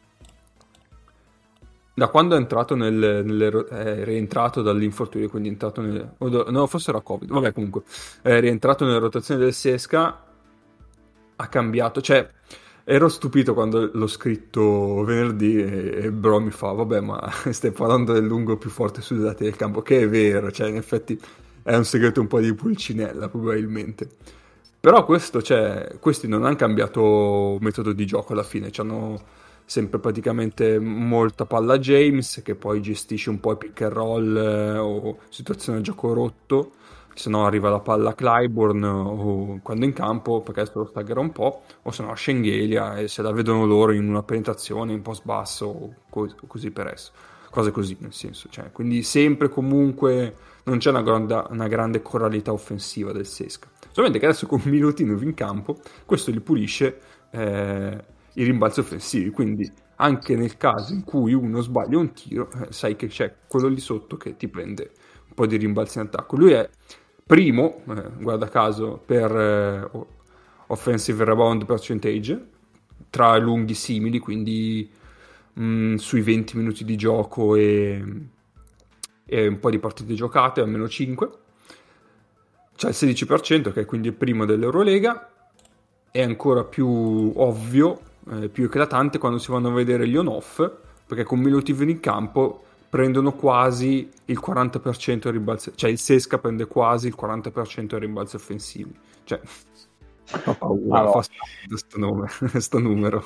da quando è entrato è rientrato dall'infortunio, quindi è entrato no, forse era Covid, vabbè, comunque è rientrato nelle rotazioni del Sesca, ha cambiato, cioè ero stupito quando l'ho scritto venerdì e Bro mi fa vabbè, ma stai parlando del lungo più forte sui dati del campo, che è vero, cioè in effetti è un segreto un po' di Pulcinella probabilmente, però questi non hanno cambiato metodo di gioco alla fine, c'hanno sempre praticamente molta palla a James che poi gestisce un po' i pick and roll o situazioni a gioco rotto, se no arriva la palla a Clyburn o quando in campo perché adesso lo staggerà un po', o se no a Schengelia e se la vedono loro in una penetrazione in post basso o così per esso, cose così nel senso, cioè, quindi sempre comunque non c'è una grande coralità offensiva del Sesca, solamente che adesso con Milutinov in campo questo gli pulisce i rimbalzi offensivi, quindi anche nel caso in cui uno sbaglia un tiro sai che c'è quello lì sotto che ti prende un po' di rimbalzi in attacco. Lui è primo, guarda caso, per offensive rebound percentage tra lunghi simili, quindi sui 20 minuti di gioco e un po' di partite giocate, almeno 5. C'è il 16%, che è quindi il primo dell'Eurolega. È ancora più ovvio, più eclatante quando si vanno a vedere gli on-off, perché con Milutinov in campo prendono quasi il 40% dei rimbalzi, cioè il Sesca prende quasi il 40% dei rimbalzi offensivi, cioè fa paura, allora, fa sto numero.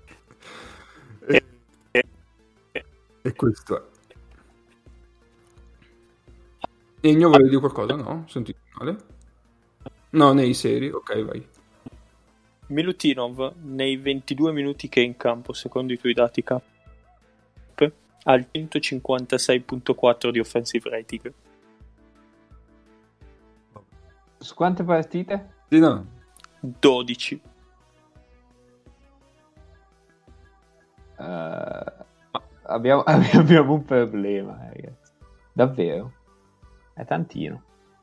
E questo è. E io volevo dire qualcosa, no? Sentite male? No, nei seri, ok, vai. Milutinov nei 22 minuti che è in campo, secondo i tuoi dati cap, ha il 156.4 di offensive rating. su quante partite? Sì, no. 12. Abbiamo un problema, ragazzi. Davvero? È tantino.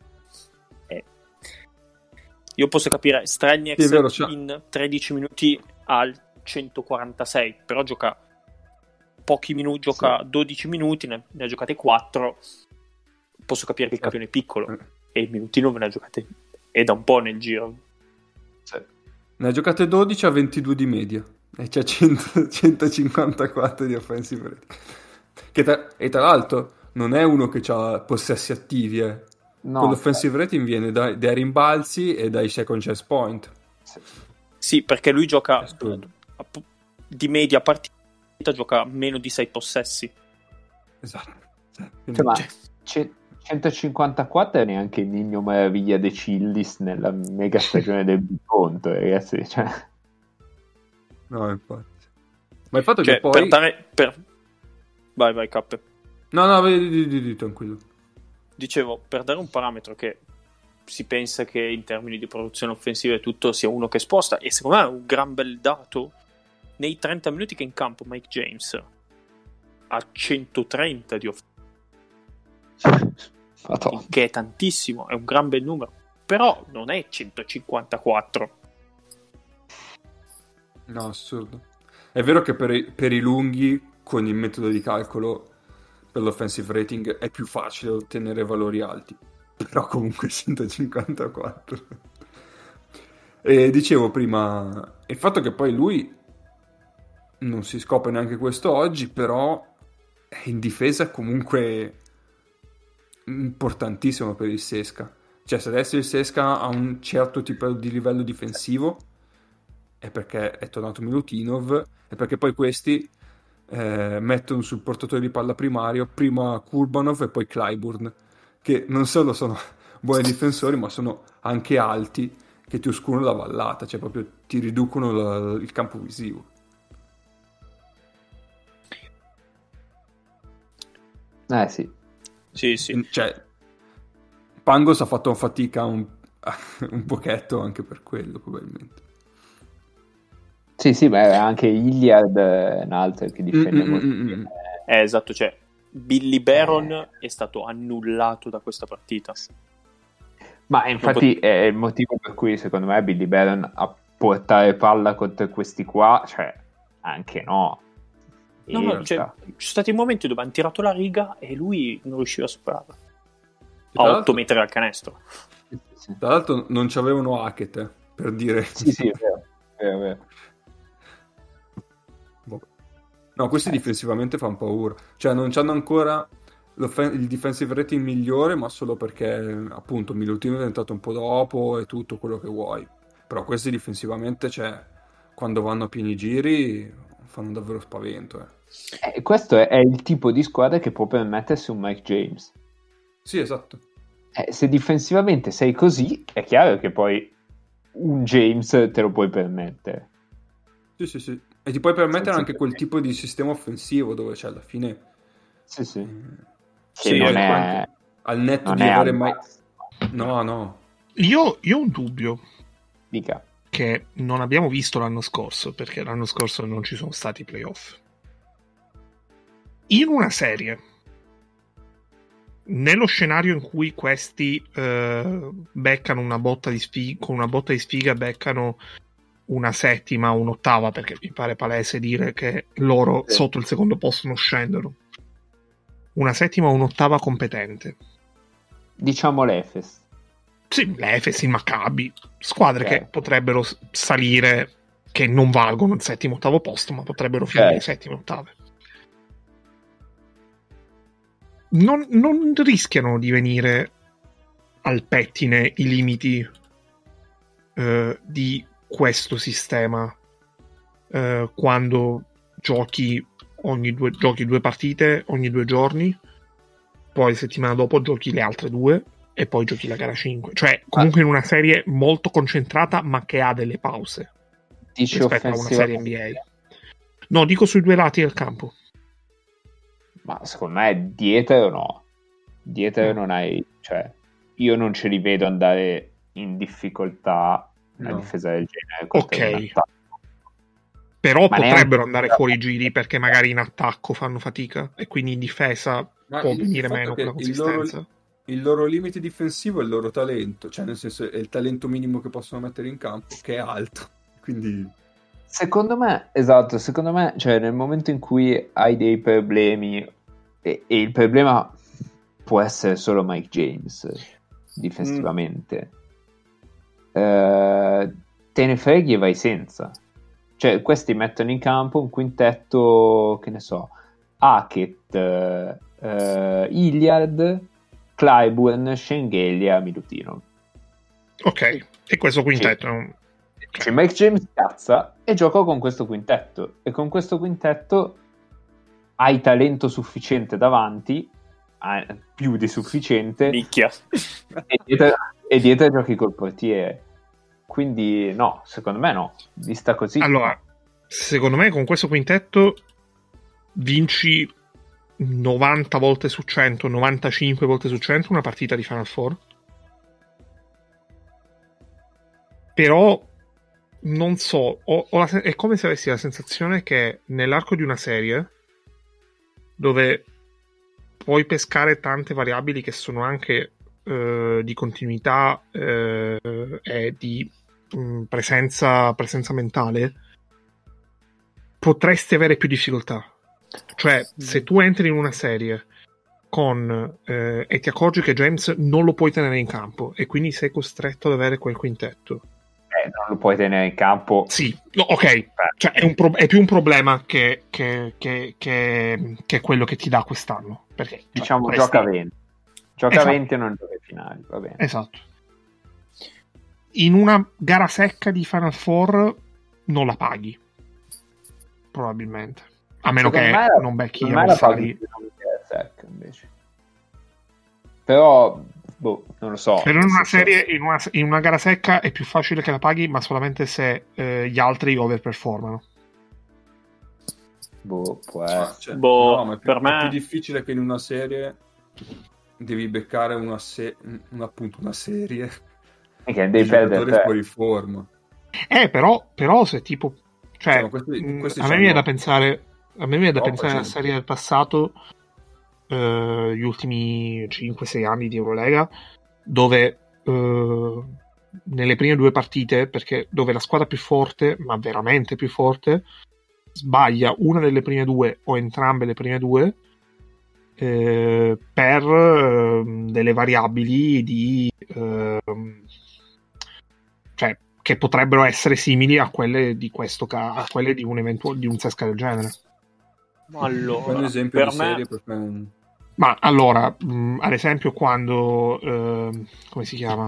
Io posso capire Strelnieks Sì, è vero, in 13 minuti al 146, però gioca pochi minuti, gioca sì. 12 minuti, ne ha giocate 4. Posso capire che il campione è piccolo e il minutino ve ne ha giocate è da un po' nel giro. Sì. Ne ha giocate 12 a 22 di media e c'è 154 di offensive rating. E tra l'altro non è uno che ha possessi attivi, No, con l'offensive rating viene dai rimbalzi e dai second chance point. Sì, perché lui gioca di media partita, gioca meno di 6 possessi. Esatto. Cioè, ma 154 è neanche il Nino Meraviglia De Cillis nella mega stagione del Biconto, ragazzi. Cioè. No, infatti. Ma il fatto cioè, che poi... Vai, Cappe. No, di tranquillo. Dicevo, per dare un parametro che si pensa che in termini di produzione offensiva e tutto sia uno che sposta, e secondo me è un gran bel dato, nei 30 minuti che è in campo Mike James ha 130 di offensiva, che è tantissimo, è un gran bel numero, però non è 154. No, assurdo. È vero che per i lunghi, con il metodo di calcolo per l'offensive rating è più facile ottenere valori alti, però comunque 154. E dicevo prima, il fatto che poi lui non si scopre neanche questo oggi, però in difesa è comunque importantissimo per il Sesca. Cioè, se adesso il Sesca ha un certo tipo di livello difensivo è perché è tornato Milutinov e perché poi questi mettono sul portatore di palla primario prima Kurbanov e poi Clyburn, che non solo sono buoni difensori ma sono anche alti, che ti oscurano la vallata, cioè proprio ti riducono il campo visivo. Sì. Cioè Pangos ha fatto fatica un pochetto anche per quello probabilmente. Sì, ma anche Iliad è un altro che difende molto bene. Esatto, cioè Billy Baron è stato annullato da questa partita. Ma infatti è il motivo per cui secondo me Billy Baron a portare palla contro questi qua, cioè anche no. No, cioè, ci sono stati momenti dove hanno tirato la riga e lui non riusciva a superarla. A 8 metri dal canestro. Sì. Tra l'altro non c'avevano Hackett, per dire. Sì, è vero. No, questi difensivamente fanno paura. Cioè non c'hanno ancora il defensive rating migliore, ma solo perché appunto Milutino è diventato un po' dopo e tutto quello che vuoi. Però questi difensivamente, cioè, quando vanno a pieni giri fanno davvero spavento. Questo è il tipo di squadra che può permettersi un Mike James. Sì, esatto. Se difensivamente sei così, è chiaro che poi un James te lo puoi permettere. Sì. E ti puoi permettere anche quel tipo di sistema offensivo dove c'è alla fine... Sì. Sì, non è... al netto non di è avere al mai... massimo. No. Io ho un dubbio. Dica. Che non abbiamo visto l'anno scorso, perché l'anno scorso non ci sono stati playoff. In una serie, nello scenario in cui questi beccano una botta di sfiga, con una botta di sfiga beccano una settima o un'ottava, perché mi pare palese dire che loro sotto il secondo posto non scendono, una settima o un'ottava competente, diciamo l'Efes. Sì, l'Efes, il Maccabi, squadre che potrebbero salire, che non valgono il settimo ottavo posto, ma potrebbero finire settime ottave. Non rischiano di venire al pettine i limiti di questo sistema quando giochi due partite ogni 2 giorni, poi settimana dopo giochi le altre 2 e poi giochi la gara 5, cioè comunque in una serie molto concentrata ma che ha delle pause rispetto a una serie NBA. No, dico sui due lati del campo. Ma secondo me dietro no. Dietro non hai, cioè io non ce li vedo andare in difficoltà una difesa del genere. Ok, però ma potrebbero andare fuori giri perché magari in attacco fanno fatica e quindi in difesa può venire meno quella consistenza. Il loro limite difensivo è il loro talento, cioè nel senso è il talento minimo che possono mettere in campo, che è alto, quindi... Secondo me, esatto, cioè nel momento in cui hai dei problemi e il problema può essere solo Mike James difensivamente, te ne freghi e vai senza. Cioè questi mettono in campo un quintetto, che ne so, Hackett, Iliad, Clyburn, Schengelia, Milutino. Ok, e questo quintetto Cioè Mike James cazza e gioca con questo quintetto, e con questo quintetto hai talento sufficiente davanti, più di sufficiente, e dietro giochi col portiere, quindi no, secondo me no, vista così. Allora, secondo me con questo quintetto vinci 90 volte su 100, 95 volte su 100 una partita di Final Four. Però non so, è come se avessi la sensazione che nell'arco di una serie dove puoi pescare tante variabili che sono anche di continuità e di presenza mentale, potresti avere più difficoltà. Cioè, se tu entri in una serie e ti accorgi che James non lo puoi tenere in campo e quindi sei costretto ad avere quel quintetto, non lo puoi tenere in campo. Sì, no, ok, cioè è più un problema che quello che ti dà quest'anno, perché diciamo gioca 20 e non gioca ai finali, va bene. Esatto. In una gara secca di Final Four non la paghi probabilmente, a meno che non becchi gli avversari secca invece. Però non lo so. Per una serie, in una gara secca è più facile che la paghi, ma solamente se gli altri overperformano. Può essere. No, ma per me è più difficile che in una serie devi beccare una serie e che devi perdere fuori forma. Però se tipo Cioè, ma questi a me viene c'hanno- da pensare alla gente. serie del passato, gli ultimi 5-6 anni di Eurolega, dove nelle prime 2 partite, perché dove la squadra più forte, ma veramente più forte, sbaglia una delle prime 2 o entrambe le prime 2 per delle variabili cioè, che potrebbero essere simili a quelle di a quelle di un sesca del genere. Ma Fai un allora, esempio per di me, serie perché... Ma allora, ad esempio, quando come si chiama?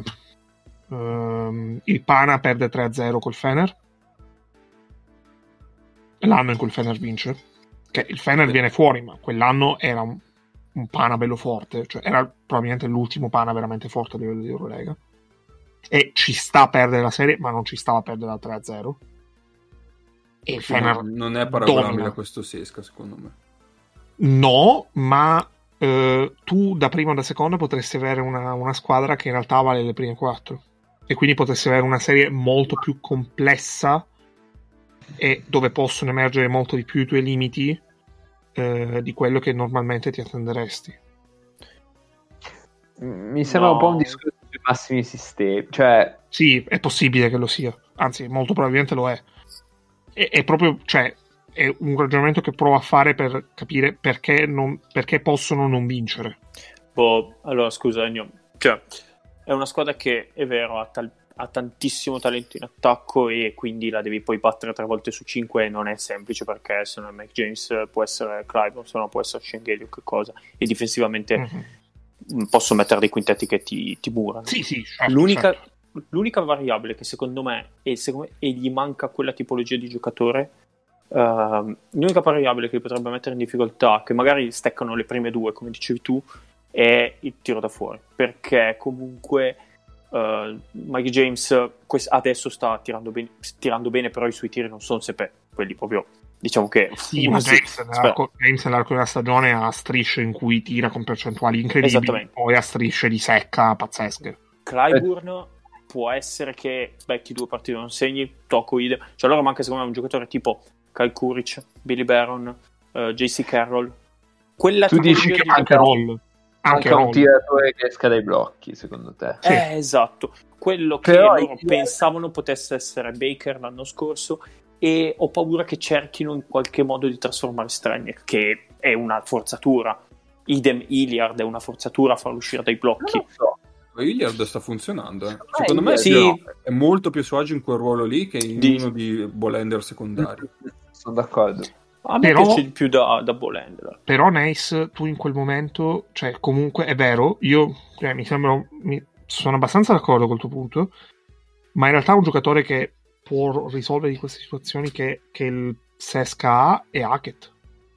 Il Pana perde 3-0 col Fener, l'anno in cui il Fener vince, che il Fener viene fuori, ma quell'anno era un Pana bello forte, cioè era probabilmente l'ultimo Pana veramente forte a livello di Eurolega, e ci sta a perdere la serie, ma non ci stava a perdere da 3-0, e il Fener non è paragonabile domina. a questo Sesca, secondo me. No, ma tu da prima o da seconda potresti avere una squadra che in realtà vale le prime 4, e quindi potresti avere una serie molto più complessa e dove possono emergere molto di più i tuoi limiti di quello che normalmente ti attenderesti. Mi sembra un po' un discorso sui massimi sistemi, cioè Sì, è possibile che lo sia, anzi molto probabilmente lo è. È proprio, cioè, è un ragionamento che provo a fare per capire perché possono non vincere. allora scusa Ennio, cioè, è una squadra che è vero ha tantissimo talento in attacco e quindi la devi poi battere 3 volte su 5 e non è semplice, perché se non è Mike James può essere Clyburn, se no può essere Schengelio, che cosa, e difensivamente posso mettere dei quintetti che ti murano. Sì, certo, certo. L'unica variabile che secondo me e gli manca quella tipologia di giocatore, l'unica variabile che li potrebbe mettere in difficoltà, che magari steccano le prime 2 come dicevi tu, è il tiro da fuori, perché comunque Mike James adesso sta tirando bene, però i suoi tiri non sono sempre quelli proprio, diciamo che sì, ma James nell'arco della stagione ha strisce in cui tira con percentuali incredibili, poi ha strisce di secca pazzesche. Clyburn può essere che becchi 2 partite non segni, tocco idem, cioè allora manca secondo me un giocatore tipo Kyle Kuric, Billy Baron, JC Carroll, quella tu dici che anche Roll, anche un tiratore che esca dai blocchi, secondo te? Sì. Esatto, quello che loro pensavano potesse essere Baker l'anno scorso, e ho paura che cerchino in qualche modo di trasformare Stranier, che è una forzatura. Idem Hilliard è una forzatura a farlo uscire dai blocchi. Non so. Hilliard sta funzionando. Secondo me sì, è molto più suo agio in quel ruolo lì che in uno di Bolender secondario. Sono d'accordo. A me piace di più da Bolender. Però Nice, tu in quel momento, cioè comunque è vero, io sono abbastanza d'accordo col tuo punto, ma in realtà un giocatore che può risolvere queste situazioni che il Sesca ha è Hackett.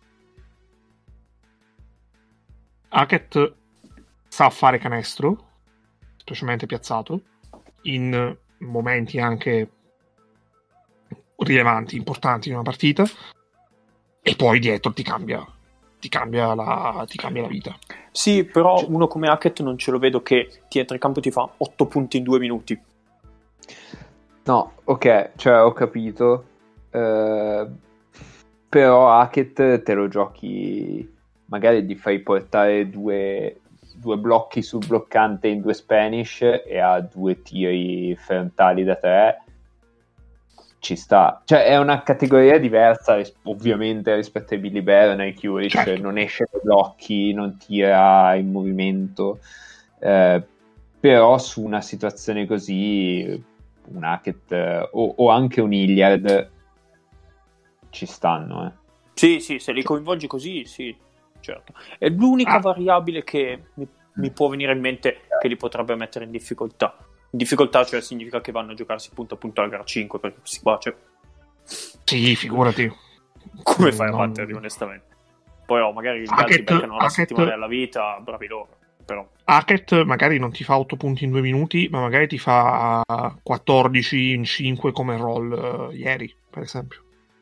Hackett sa fare canestro, specialmente piazzato, in momenti anche rilevanti, importanti in una partita, e poi dietro ti cambia la vita. Sì, però uno come Hackett non ce lo vedo che ti entra in campo e ti fa 8 punti in 2 minuti. No, ok, cioè ho capito, però Hackett te lo giochi, magari gli fai portare due blocchi sul bloccante in 2 Spanish e ha 2 tiri frontali da 3, ci sta, cioè è una categoria diversa ovviamente rispetto ai Billy Baron e ai Kuric, certo. Non esce dai blocchi, non tira in movimento, però su una situazione così un Hackett o anche un Hilliard ci stanno. Sì, se li coinvolgi così, sì, certo. È l'unica variabile che mi può venire in mente che li potrebbe mettere in difficoltà. In difficoltà, cioè significa che vanno a giocarsi punto a punto alla gara 5, perché si bacia. Sì, figurati. Come fai a batterli, onestamente? Poi magari gli altri beccano la settimana della vita, bravi loro. Però Hackett magari non ti fa 8 punti in 2 minuti, ma magari ti fa 14 in 5 come roll ieri, per esempio.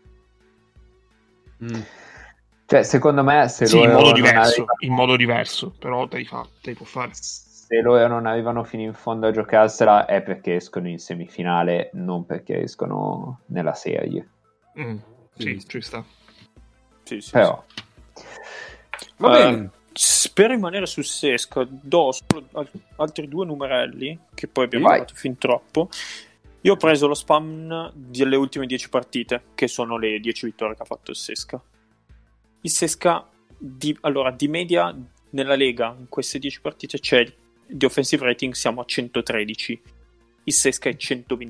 Cioè, secondo me, se sì, in modo diverso, però te li può fare. Se loro non arrivano fino in fondo a giocarsela è perché escono in semifinale, non perché escono nella serie. Sì, ci sta. Sì. Però Va bene. Per rimanere sul Sesca, do solo altri 2 numerelli, che poi abbiamo Vai. parlato fin troppo. Io ho preso lo spam delle ultime 10 partite, che sono le 10 vittorie che ha fatto il Sesca. Il Sesca, di media nella Lega, in queste 10 partite, c'è di offensive rating, siamo a 113. Il Sesca è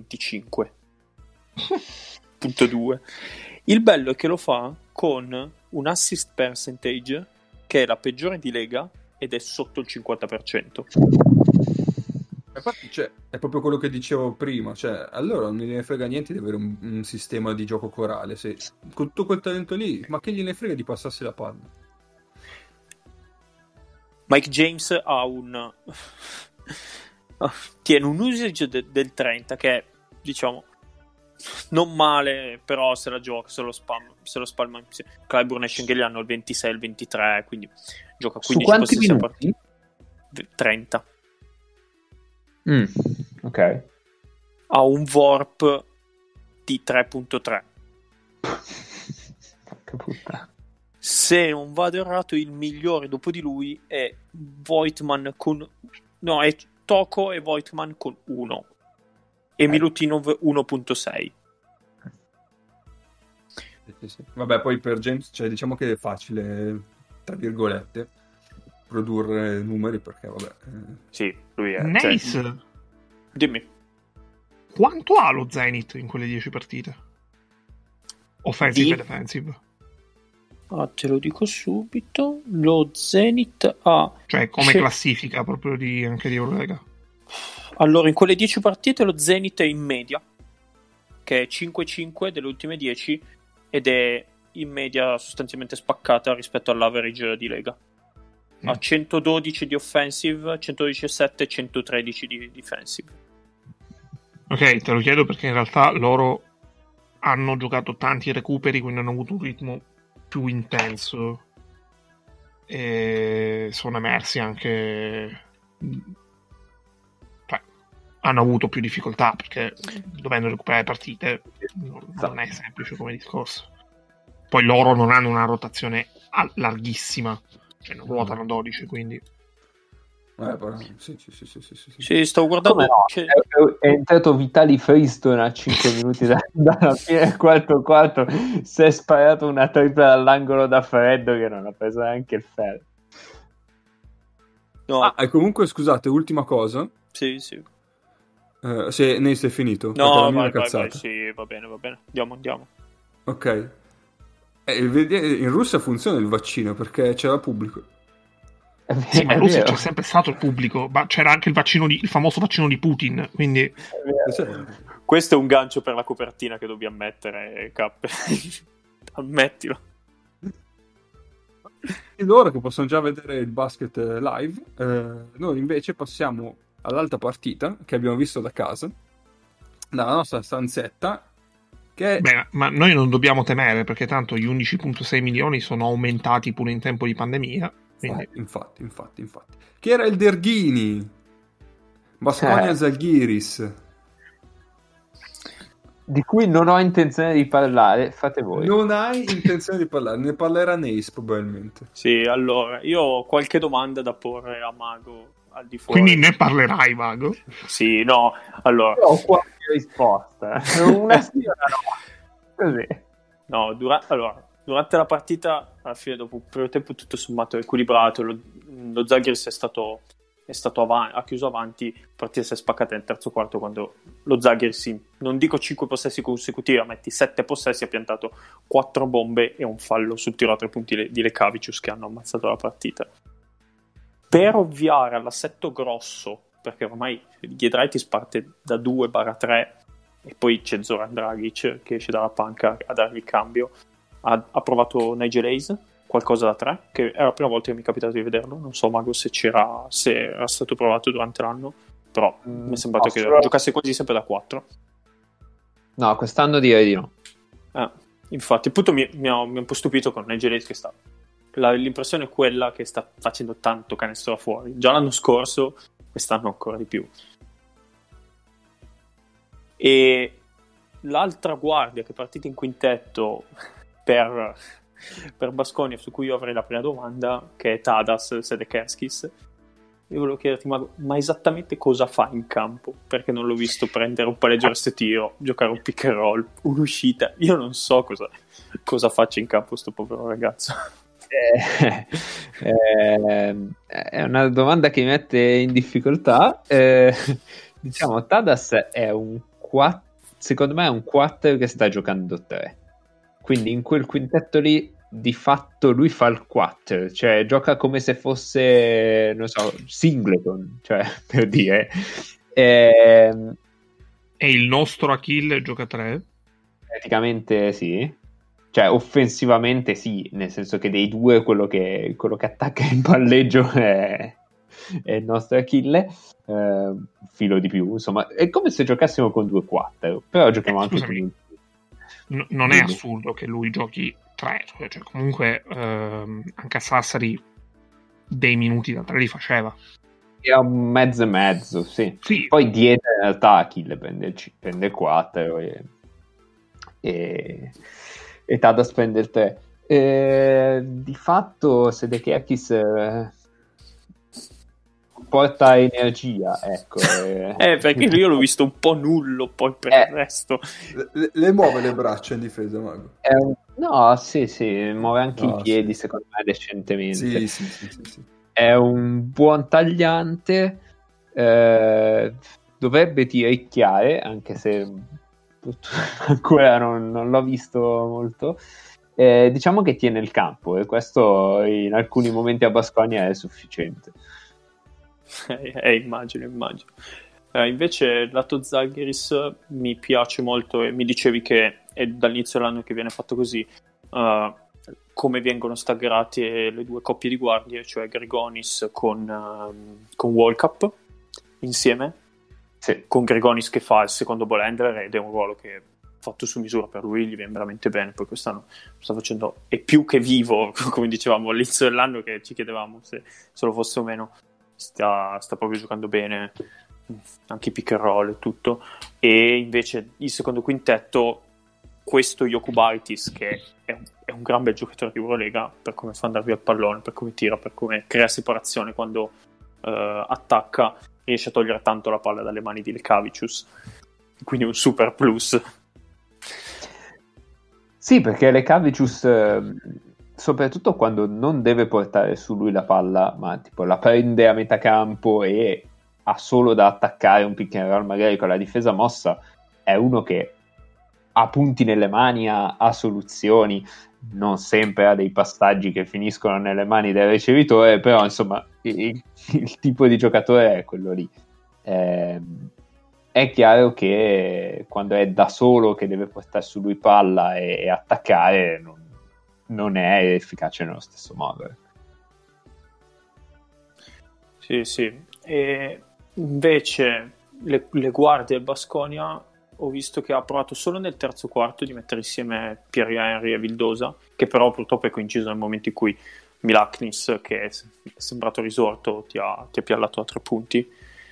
125.2. Il bello è che lo fa con un assist percentage che è la peggiore di Lega ed è sotto il 50%. Infatti, è proprio quello che dicevo prima, allora non gliene frega niente di avere un sistema di gioco corale, se con tutto quel talento lì, ma che gliene frega di passarsi la palla? Mike James tiene un usage del 30 che è, diciamo, non male, però se la gioca, se lo spalma. Clyburn e Schengelly hanno il 26 e il 23, quindi gioca 15 su quanti possessi a minuti? partita. 30. Ok. Ha un VORP di 3.3. Che puttana. Se non vado errato, il migliore dopo di lui è Voigtman è Toko e Voigtman con 1 e Milutinov 1.6. Sì. Vabbè, poi per James, diciamo che è facile, tra virgolette, produrre numeri, perché vabbè. Sì, lui è. Nice. Dimmi. Quanto ha lo Zenith in quelle 10 partite? Offensive e defensive. Te lo dico subito. Lo Zenith ha... Cioè, come classifica proprio anche di Eurolega. Allora, in quelle 10 partite lo Zenith è in media, che è 5-5 delle ultime 10, ed è in media sostanzialmente spaccata rispetto all'average di Lega. Ha 112 di offensive, 112,7 e 113 di defensive. Ok, te lo chiedo perché in realtà loro hanno giocato tanti recuperi, quindi hanno avuto un ritmo più intenso e sono emersi anche, cioè, hanno avuto più difficoltà perché dovendo recuperare partite non è semplice come discorso. Poi loro non hanno una rotazione larghissima, cioè non ruotano 12, quindi Però, sì. Sì, stavo guardando. No? È entrato Vitali Freestone a 5 minuti dalla fine del quarto quarto, si è sparato una tripla dall'angolo da freddo che non ha preso neanche il ferro. No. E comunque, scusate, ultima cosa. Sì. Se ne sei finito? No, vai, sì, va bene. Andiamo. Ok. In Russia funziona il vaccino perché c'era pubblico. Sì, ma in Russia c'è sempre stato il pubblico, ma c'era anche il famoso vaccino di Putin, quindi questo è un gancio per la copertina che dobbiamo mettere, Cap. Ammettilo. E loro che possono già vedere il basket live, noi invece passiamo all'altra partita che abbiamo visto da casa, dalla nostra stanzetta. Beh, ma noi non dobbiamo temere perché tanto gli 11.6 milioni sono aumentati pure in tempo di pandemia. Quindi. Infatti. Chi era il Derghini? Baskonia Zalgiris. Di cui non ho intenzione di parlare, fate voi. Non hai intenzione di parlare, ne parlerà Neis probabilmente. Sì, allora, io ho qualche domanda da porre a Mago al di fuori. Quindi ne parlerai, Mago? Sì, no, allora... Io ho qualche risposta, una sì o una no. Così. No, durante la partita, alla fine, dopo un primo tempo tutto sommato equilibrato, lo Zalgiris ha chiuso avanti, la partita si è spaccata nel terzo quarto quando lo Zalgiris, non dico 5 possessi consecutivi, ma metti 7 possessi, ha piantato 4 bombe e un fallo sul tiro a 3 punti di Lekavicius che hanno ammazzato la partita. Per ovviare all'assetto grosso, perché ormai Giedraitis parte da 2/3 e poi c'è Zoran Dragic che esce dalla panca a dargli il cambio, ha provato Nigel Hayes, qualcosa da 3, che era la prima volta che mi è capitato di vederlo, non so Mago se era stato provato durante l'anno, però mi è sembrato che giocasse quasi sempre da 4. No, quest'anno direi di no. Infatti, appunto mi ha un po' stupito con Nigel Hayes che l'impressione è quella che sta facendo tanto canestro da fuori, già l'anno scorso, quest'anno ancora di più. E l'altra guardia che è partita in quintetto per Baskonia, su cui io avrei la prima domanda, che è Tadas Sedekerskis. Io volevo chiederti, ma esattamente cosa fa in campo? Perché non l'ho visto prendere un palleggio resto tiro, giocare un pick and roll, un'uscita. Io non so cosa faccia in campo sto povero ragazzo. È una domanda che mi mette in difficoltà. Diciamo, Tadas è un 4, secondo me è un 4 che sta giocando 3. Quindi in quel quintetto lì di fatto lui fa il 4, cioè gioca come se fosse, non so, Singleton, cioè per dire. E il nostro Achille gioca 3? Praticamente sì, cioè offensivamente sì, nel senso che dei due quello che attacca in palleggio è il nostro Achille, filo di più, insomma è come se giocassimo con 2-4, però giochiamo anche con non è assurdo che lui giochi 3, cioè comunque anche a Sassari dei minuti da 3 li faceva. È un mezzo e mezzo, sì. Poi dietro in realtà Achille prende il 4 e Tadas prende il 3. Di fatto Sedekerskis porta energia, ecco. Perché io l'ho visto un po' nullo poi per il resto. Le muove le braccia in difesa, Mago? No, sì, muove anche i piedi, sì. Secondo me decentemente. Sì. È un buon tagliante, dovrebbe tiricchiare, anche se ancora non l'ho visto molto. Diciamo che tiene il campo e questo in alcuni momenti a Baskonia è sufficiente. Immagino. Invece lato Zalgiris mi piace molto, e mi dicevi che è dall'inizio dell'anno che viene fatto così, come vengono staggerate le due coppie di guardie, cioè Grigonis con World Cup insieme, sì. Con Grigonis che fa il secondo ball handler ed è un ruolo che fatto su misura per lui, gli viene veramente bene. Poi quest'anno sta facendo, è più che vivo, come dicevamo all'inizio dell'anno, che ci chiedevamo se lo fosse o meno. Sta proprio giocando bene, anche i pick and roll e tutto. E invece il secondo quintetto, questo Jokubaitis, che è un gran bel giocatore di Eurolega per come fa andare via il pallone, per come tira, per come crea separazione quando attacca, riesce a togliere tanto la palla dalle mani di Lekavicius, quindi un super plus. Sì, perché Lekavicius soprattutto quando non deve portare su lui la palla, ma tipo la prende a metà campo e ha solo da attaccare un pick and roll magari con la difesa mossa, è uno che ha punti nelle mani, ha soluzioni, non sempre ha dei passaggi che finiscono nelle mani del ricevitore, però insomma il tipo di giocatore è quello lì. È chiaro che quando è da solo che deve portare su lui palla e attaccare non è efficace nello stesso modo. Sì. E invece le guardie del Baskonia ho visto che ha provato solo nel terzo quarto di mettere insieme Pierre Henry e Vildosa, che però purtroppo è coinciso nel momento in cui Milaknis, che è sembrato risorto, ti ha piallato a 3 punti.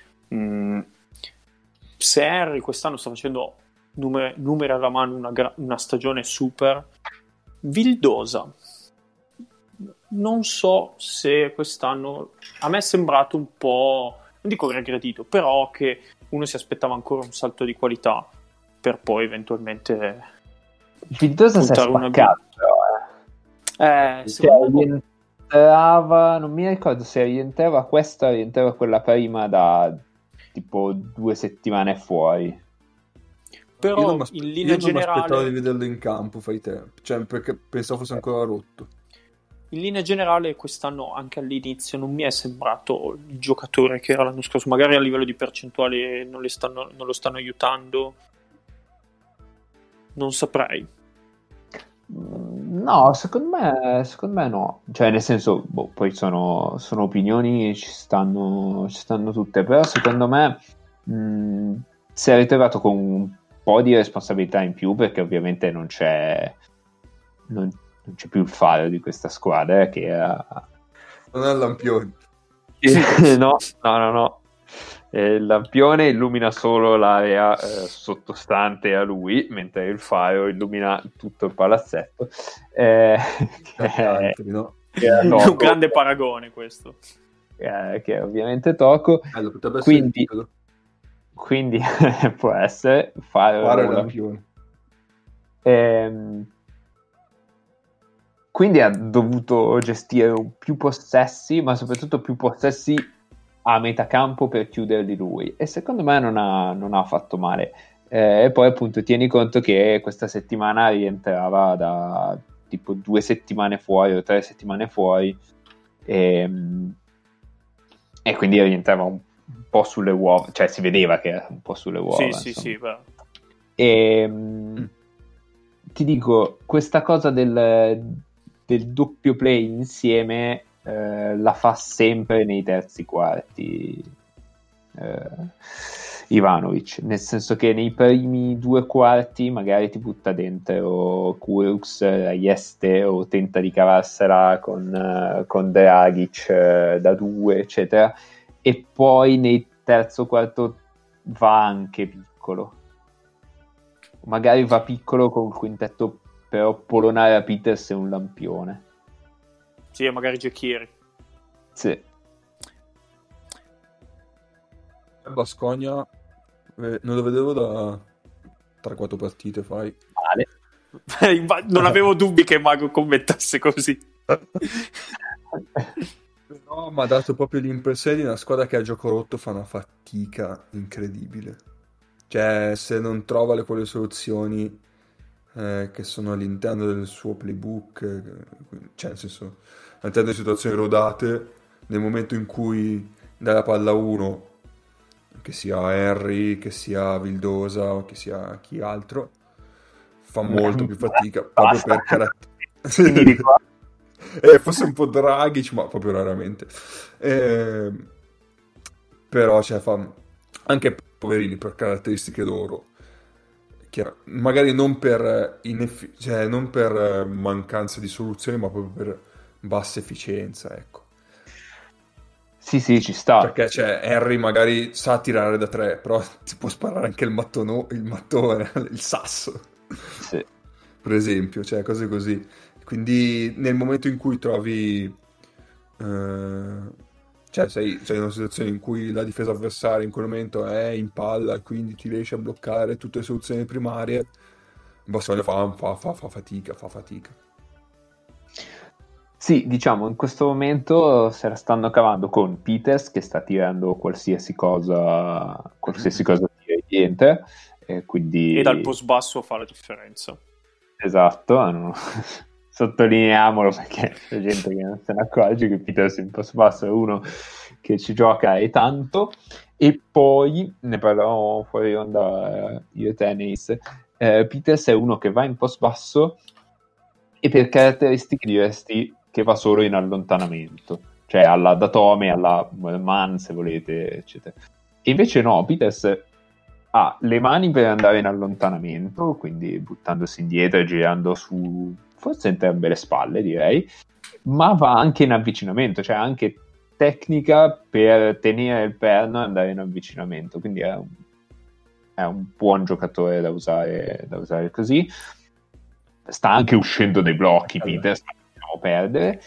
Se Henry quest'anno sta facendo numeri alla mano, una stagione super, Vildosa non so se quest'anno, a me è sembrato un po', non dico regredito, però che uno si aspettava ancora un salto di qualità per poi eventualmente Vildosa si è spaccato rientrava, non mi ricordo se rientrava questa o rientrava quella prima da tipo 2 settimane fuori. Però in linea generale non mi aspettavo di vederlo in campo, fai te, cioè perché pensavo fosse ancora rotto. In linea generale quest'anno anche all'inizio non mi è sembrato il giocatore che era l'anno scorso, magari a livello di percentuali non lo stanno aiutando, non saprei. No, secondo me no, cioè nel senso, poi sono opinioni, ci stanno tutte, però secondo me si è ritrovato con un po' di responsabilità in più, perché ovviamente non c'è più il faro di questa squadra che era... Non è Lampioni. No. Il lampione illumina solo l'area sottostante a lui, mentre il faro illumina tutto il palazzetto. Altri, no? Che è Un Toco, grande paragone questo. che è ovviamente Toco. Allora, potrebbe essere Quindi, piccolo. quindi può essere faro Fare o il lampione. lampione. Quindi ha dovuto gestire più possessi, ma soprattutto più possessi a metà campo per chiuderli lui. E secondo me non ha fatto male. E poi appunto tieni conto che questa settimana rientrava da tipo 2 settimane fuori o 3 settimane fuori. E quindi rientrava un po' sulle uova. Cioè si vedeva che era un po' sulle uova. Sì, beh. E ti dico, questa cosa del doppio play insieme la fa sempre nei terzi quarti Ivanovic, nel senso che nei primi 2 quarti magari ti butta dentro Kurux, Ieste, o tenta di cavarsela con Dragic da 2 eccetera, e poi nel terzo quarto va anche piccolo, magari va piccolo con il quintetto, però Polonara, Peters e un lampione. Sì, magari Giochieri. Sì. Baskonia non lo vedevo da 3-4 partite fai. Male. Non avevo dubbi che Mago commentasse così. No, ma ha dato proprio l'impressione di una squadra che a gioco rotto fa una fatica incredibile. Cioè, se non trova quelle soluzioni che sono all'interno del suo playbook, cioè nel senso, all'interno di situazioni rodate, nel momento in cui dà la palla a uno, che sia Henry, che sia Vildosa, che sia chi altro, fa molto più fatica, proprio per carattere. Forse un po' Dragic, ma proprio raramente. Però cioè, fa anche poverini per caratteristiche loro. Magari non per cioè, non per mancanza di soluzioni, ma proprio per bassa efficienza, ecco. Sì, ci sta. Perché cioè, Henry magari sa tirare da 3, però ti può sparare anche il mattone, il sasso. Sì. Per esempio, cioè cose così. Quindi nel momento in cui trovi cioè sei in una situazione in cui la difesa avversaria in quel momento è in palla e quindi ti riesci a bloccare tutte le soluzioni primarie, Bastogne fa fatica. Sì, diciamo, in questo momento se la stanno cavando con Peters, che sta tirando qualsiasi cosa tira niente, quindi... E dal post basso fa la differenza. Esatto, sottolineiamolo perché c'è gente che non se ne accorge che Peters in post basso è uno che ci gioca e tanto. E poi, ne parlavamo fuori onda io e Tennis, Peters è uno che va in post basso e per caratteristiche diresti che va solo in allontanamento, cioè alla Datome, alla Man se volete, eccetera. E invece no, Peters ha le mani per andare in allontanamento, quindi buttandosi indietro e girando su forse entrambe le spalle, direi, ma va anche in avvicinamento, cioè anche tecnica per tenere il perno e andare in avvicinamento, quindi è un buon giocatore da usare così. Sta anche uscendo dai blocchi, Peters, possiamo perdere.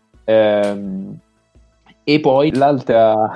E poi l'altra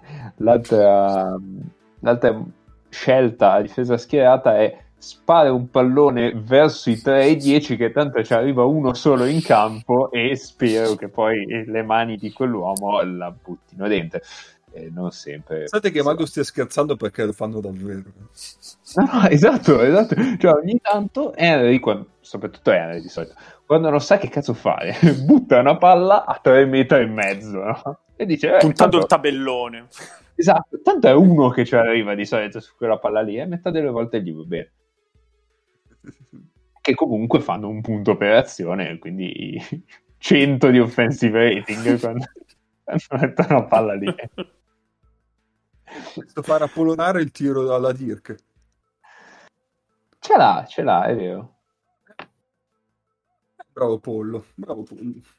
scelta a difesa schierata è spara un pallone verso i 3-10, che tanto ci arriva uno solo in campo, e spero che poi le mani di quell'uomo la buttino dentro. Non sempre. Sapete che Mago stia scherzando perché lo fanno davvero. No, esatto. Cioè, ogni tanto Henry, soprattutto Henry di solito, quando non sa che cazzo fare, butta una palla a 3 metri e mezzo, no? E dice, puntando il tabellone. Esatto, tanto è uno che ci arriva di solito su quella palla lì, e metà delle volte gli va bene. Che comunque fanno un punto per azione, quindi 100 di offensive rating quando mettono una palla lì. Sto fare appolonare il tiro alla Dirk. Ce l'ha, è vero. Bravo Pollo.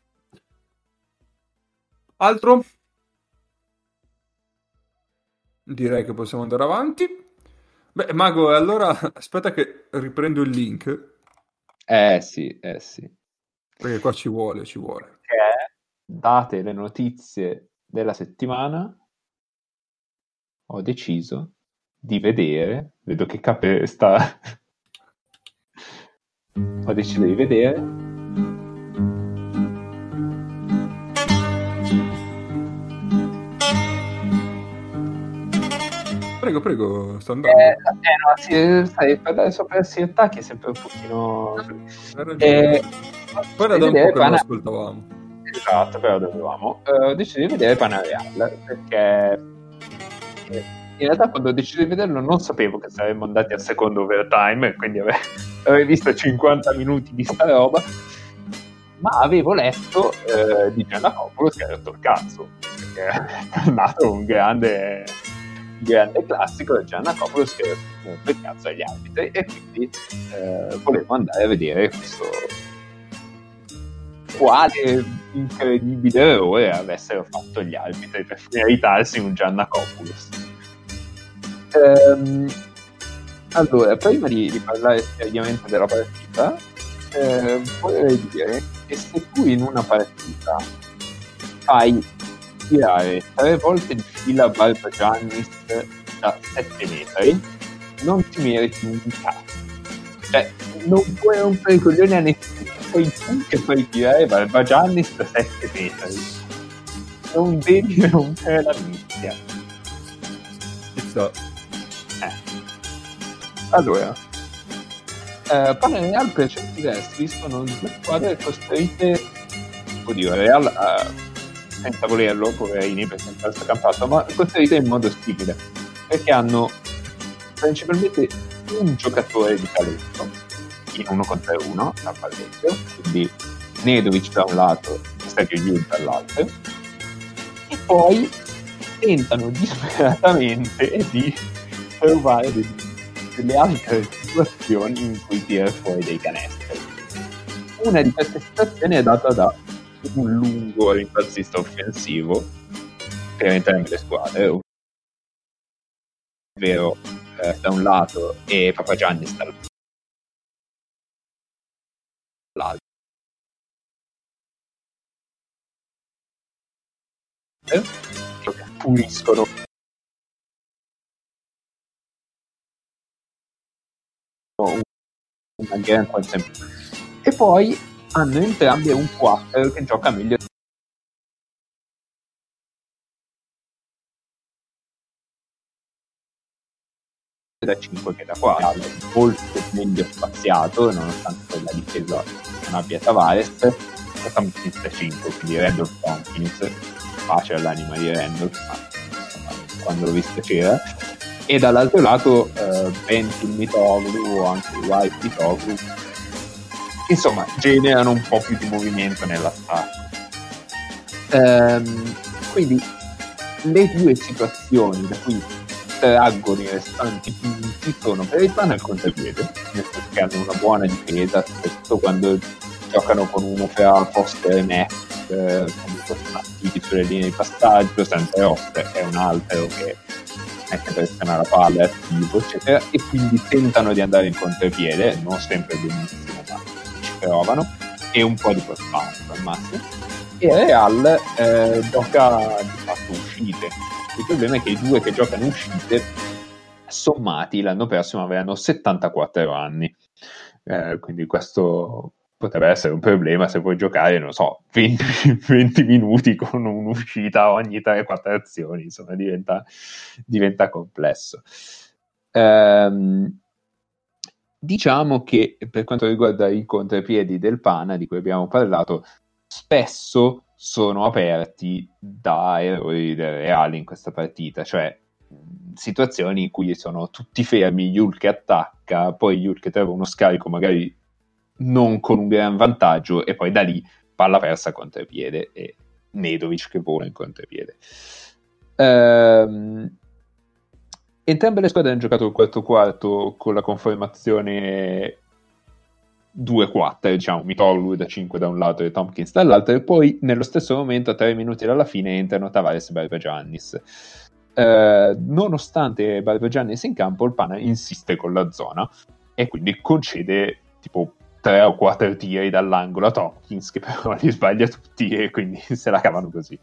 Altro? direi che possiamo andare avanti. Beh, Mago, allora aspetta che riprendo il link, Sì. perché qua ci vuole. Perché, date le notizie della settimana, ho deciso di vedere, vedo che Cape sta... ho deciso di vedere Prego, sto andando. no, sì, sai, parlare sopra il Sirtaki è sempre un pochino... Hai ragione. Poi era da un po' che non lo ascoltavamo. Esatto, però dovevamo. Ho deciso di vedere Panareal, perché in realtà quando ho deciso di vederlo non sapevo che saremmo andati al secondo overtime, quindi avrei visto 50 minuti di sta roba, ma avevo letto di Giannakopoulos che ha rotto il cazzo, perché è nato un grande classico del Giannakopoulos che rompe il cazzo agli arbitri, e quindi volevo andare a vedere questo quale incredibile errore avessero fatto gli arbitri per meritarsi un Giannakopoulos. Allora, prima di parlare seriamente della partita, vorrei dire che se tu in una partita fai tirare 3 volte di fila Barbagiannis da 7 metri, non ti meriti un cazzo. Cioè, non puoi rompere i coglioni a nessuno, poi tu che fai tirare Barbagiannis da 7 metri. Non devi rompere la minchia. Allora, Panareal per certi versi sono due squadre costruite, oddio, Real senza volerlo, poverini, perché è un campionato, ma costruite in modo simile, perché hanno principalmente un giocatore di talento in 1 contro 1 a Valencia, quindi Nedovic da un lato e Sergio Llull dall'altro, e poi tentano disperatamente di trovare delle altre situazioni in cui tirare fuori dei canestri. Una di queste situazioni è data da un lungo rimbalzista offensivo per entrambe le squadre, ovvero da un lato e Papagiannis dall'altro, che puliscono una gran quasi. E poi hanno entrambi un 4 che gioca meglio da 5 che da 4, molto meglio spaziato, nonostante poi la difesa non abbia Tavares. Tompkins da 5, quindi Randolph Tompkins, facile all'anima di Randolph, ma insomma, quando l'ho visto c'era. E dall'altro lato Bentil Mitoglu o anche White Mitoglu, insomma generano un po' più di movimento nell'attacco. Quindi le due situazioni da cui traggono i restanti punti sono per il Pana il contropiede, nel senso che hanno una buona difesa, soprattutto quando giocano con uno fra Foster e Max, comunque sono attivi sulle linee di passaggio, senza Roster è un altro che mette pressione alla palla, è attivo, eccetera, e quindi tentano di andare in contropiede, non sempre benissimo, ma ci provano, e un po' di post-pass al massimo. E Real gioca di fatto uscite. Il problema è che i due che giocano uscite sommati l'anno prossimo avranno 74 anni, quindi questo potrebbe essere un problema se puoi giocare, non so, 20 minuti con un'uscita ogni 3-4 azioni, insomma diventa complesso. Diciamo che per quanto riguarda i contropiedi del Pana di cui abbiamo parlato, spesso sono aperti da errori del Real in questa partita, cioè situazioni in cui sono tutti fermi, Llull che attacca, poi Llull che trova uno scarico magari non con un gran vantaggio e poi da lì palla persa contropiede e Nedovic che vola in contropiede. Entrambe le squadre hanno giocato il quarto quarto con la conformazione 2-4, diciamo, Mitoglu da 5 da un lato e Tompkins dall'altro, e poi nello stesso momento a 3 minuti dalla fine entrano Tavares e Barbagiannis. Nonostante Barbagiannis in campo, il Pana insiste con la zona e quindi concede tipo 3 o 4 tiri dall'angolo a Tompkins, che però li sbaglia tutti e quindi se la cavano così.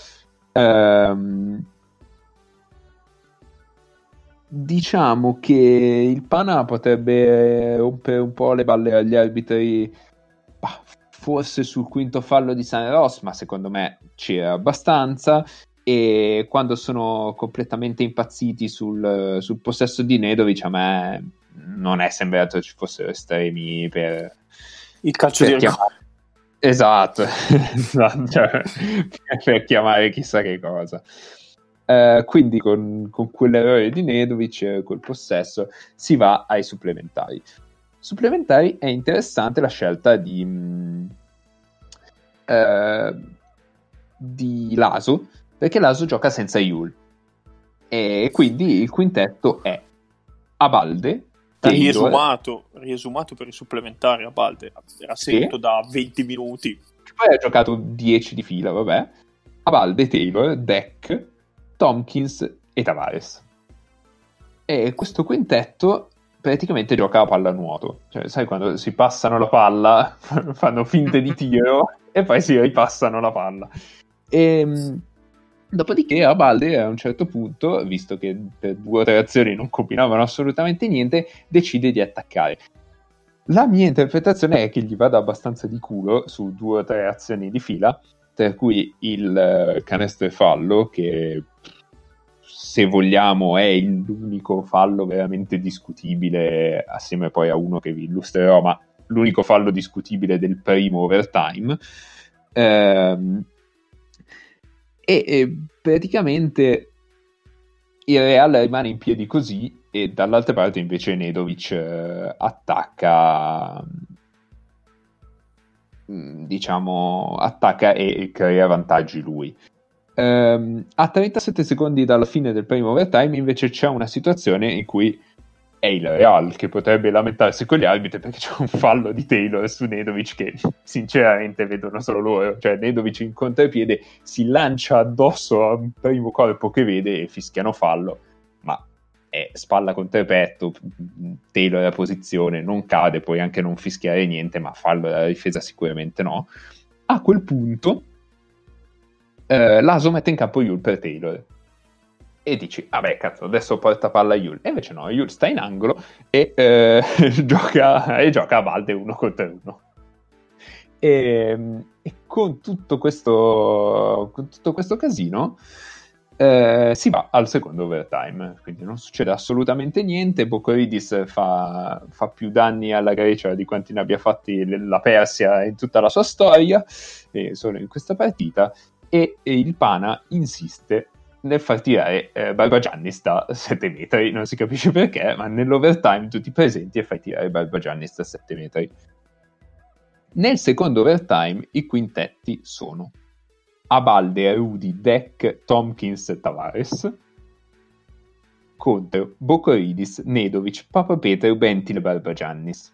Diciamo che il Pana potrebbe rompere un po' le balle agli arbitri, forse sul quinto fallo di San Ross, ma secondo me c'era abbastanza, e quando sono completamente impazziti sul possesso di Nedovic, a me non è sembrato ci fossero estremi per il calcio di rigore. Esatto, cioè, per chiamare chissà che cosa. Quindi con quell'errore di Nedovic, col possesso, si va ai supplementari. Supplementari è interessante la scelta di Laso, perché Laso gioca senza Yul e quindi il quintetto è Abalde, riesumato per i supplementari. Abalde era seduto da 20 minuti, poi ha giocato 10 di fila, vabbè. Abalde, Taylor, Deck, Tompkins e Tavares, e questo quintetto praticamente gioca a pallanuoto, cioè sai quando si passano la palla fanno finte di tiro e poi si ripassano la palla. E dopodiché Abalde a un certo punto, visto che per 2 o 3 azioni non combinavano assolutamente niente, decide di attaccare. La mia interpretazione è che gli vada abbastanza di culo su 2 o 3 azioni di fila, per cui il canestro e fallo, che se vogliamo è l'unico fallo veramente discutibile, assieme poi a uno che vi illustrerò, ma l'unico fallo discutibile del primo overtime, e praticamente il Real rimane in piedi così, e dall'altra parte invece Nedovic attacca e crea vantaggi lui. A 37 secondi dalla fine del primo overtime invece c'è una situazione in cui è il Real che potrebbe lamentarsi con gli arbitri, perché c'è un fallo di Taylor su Nedovic che sinceramente vedono solo loro, cioè Nedovic in contropiede si lancia addosso al primo corpo che vede e fischiano fallo, ma è spalla contro petto, Taylor la posizione, non cade, puoi anche non fischiare niente, ma fallo della difesa sicuramente no. A quel punto Laso mette in campo Yul per Taylor e dici, vabbè cazzo, adesso porta palla a Yul, e invece no, Yul sta in angolo e gioca a Balde 1 contro 1, e con tutto questo casino si va al secondo overtime, quindi non succede assolutamente niente. Bokoridis fa più danni alla Grecia di quanti ne abbia fatti la Persia in tutta la sua storia, solo in questa partita, e il Pana insiste nel far tirare Barbagiannis da 7 metri, non si capisce perché, ma nell'overtime tu ti presenti e fai tirare Barbagiannis da 7 metri. Nel secondo overtime i quintetti sono Abalde, Rudy, Deck, Tompkins e Tavares contro Bokoridis, Nedovic, Papapeter, Bentil e Barbagiannis.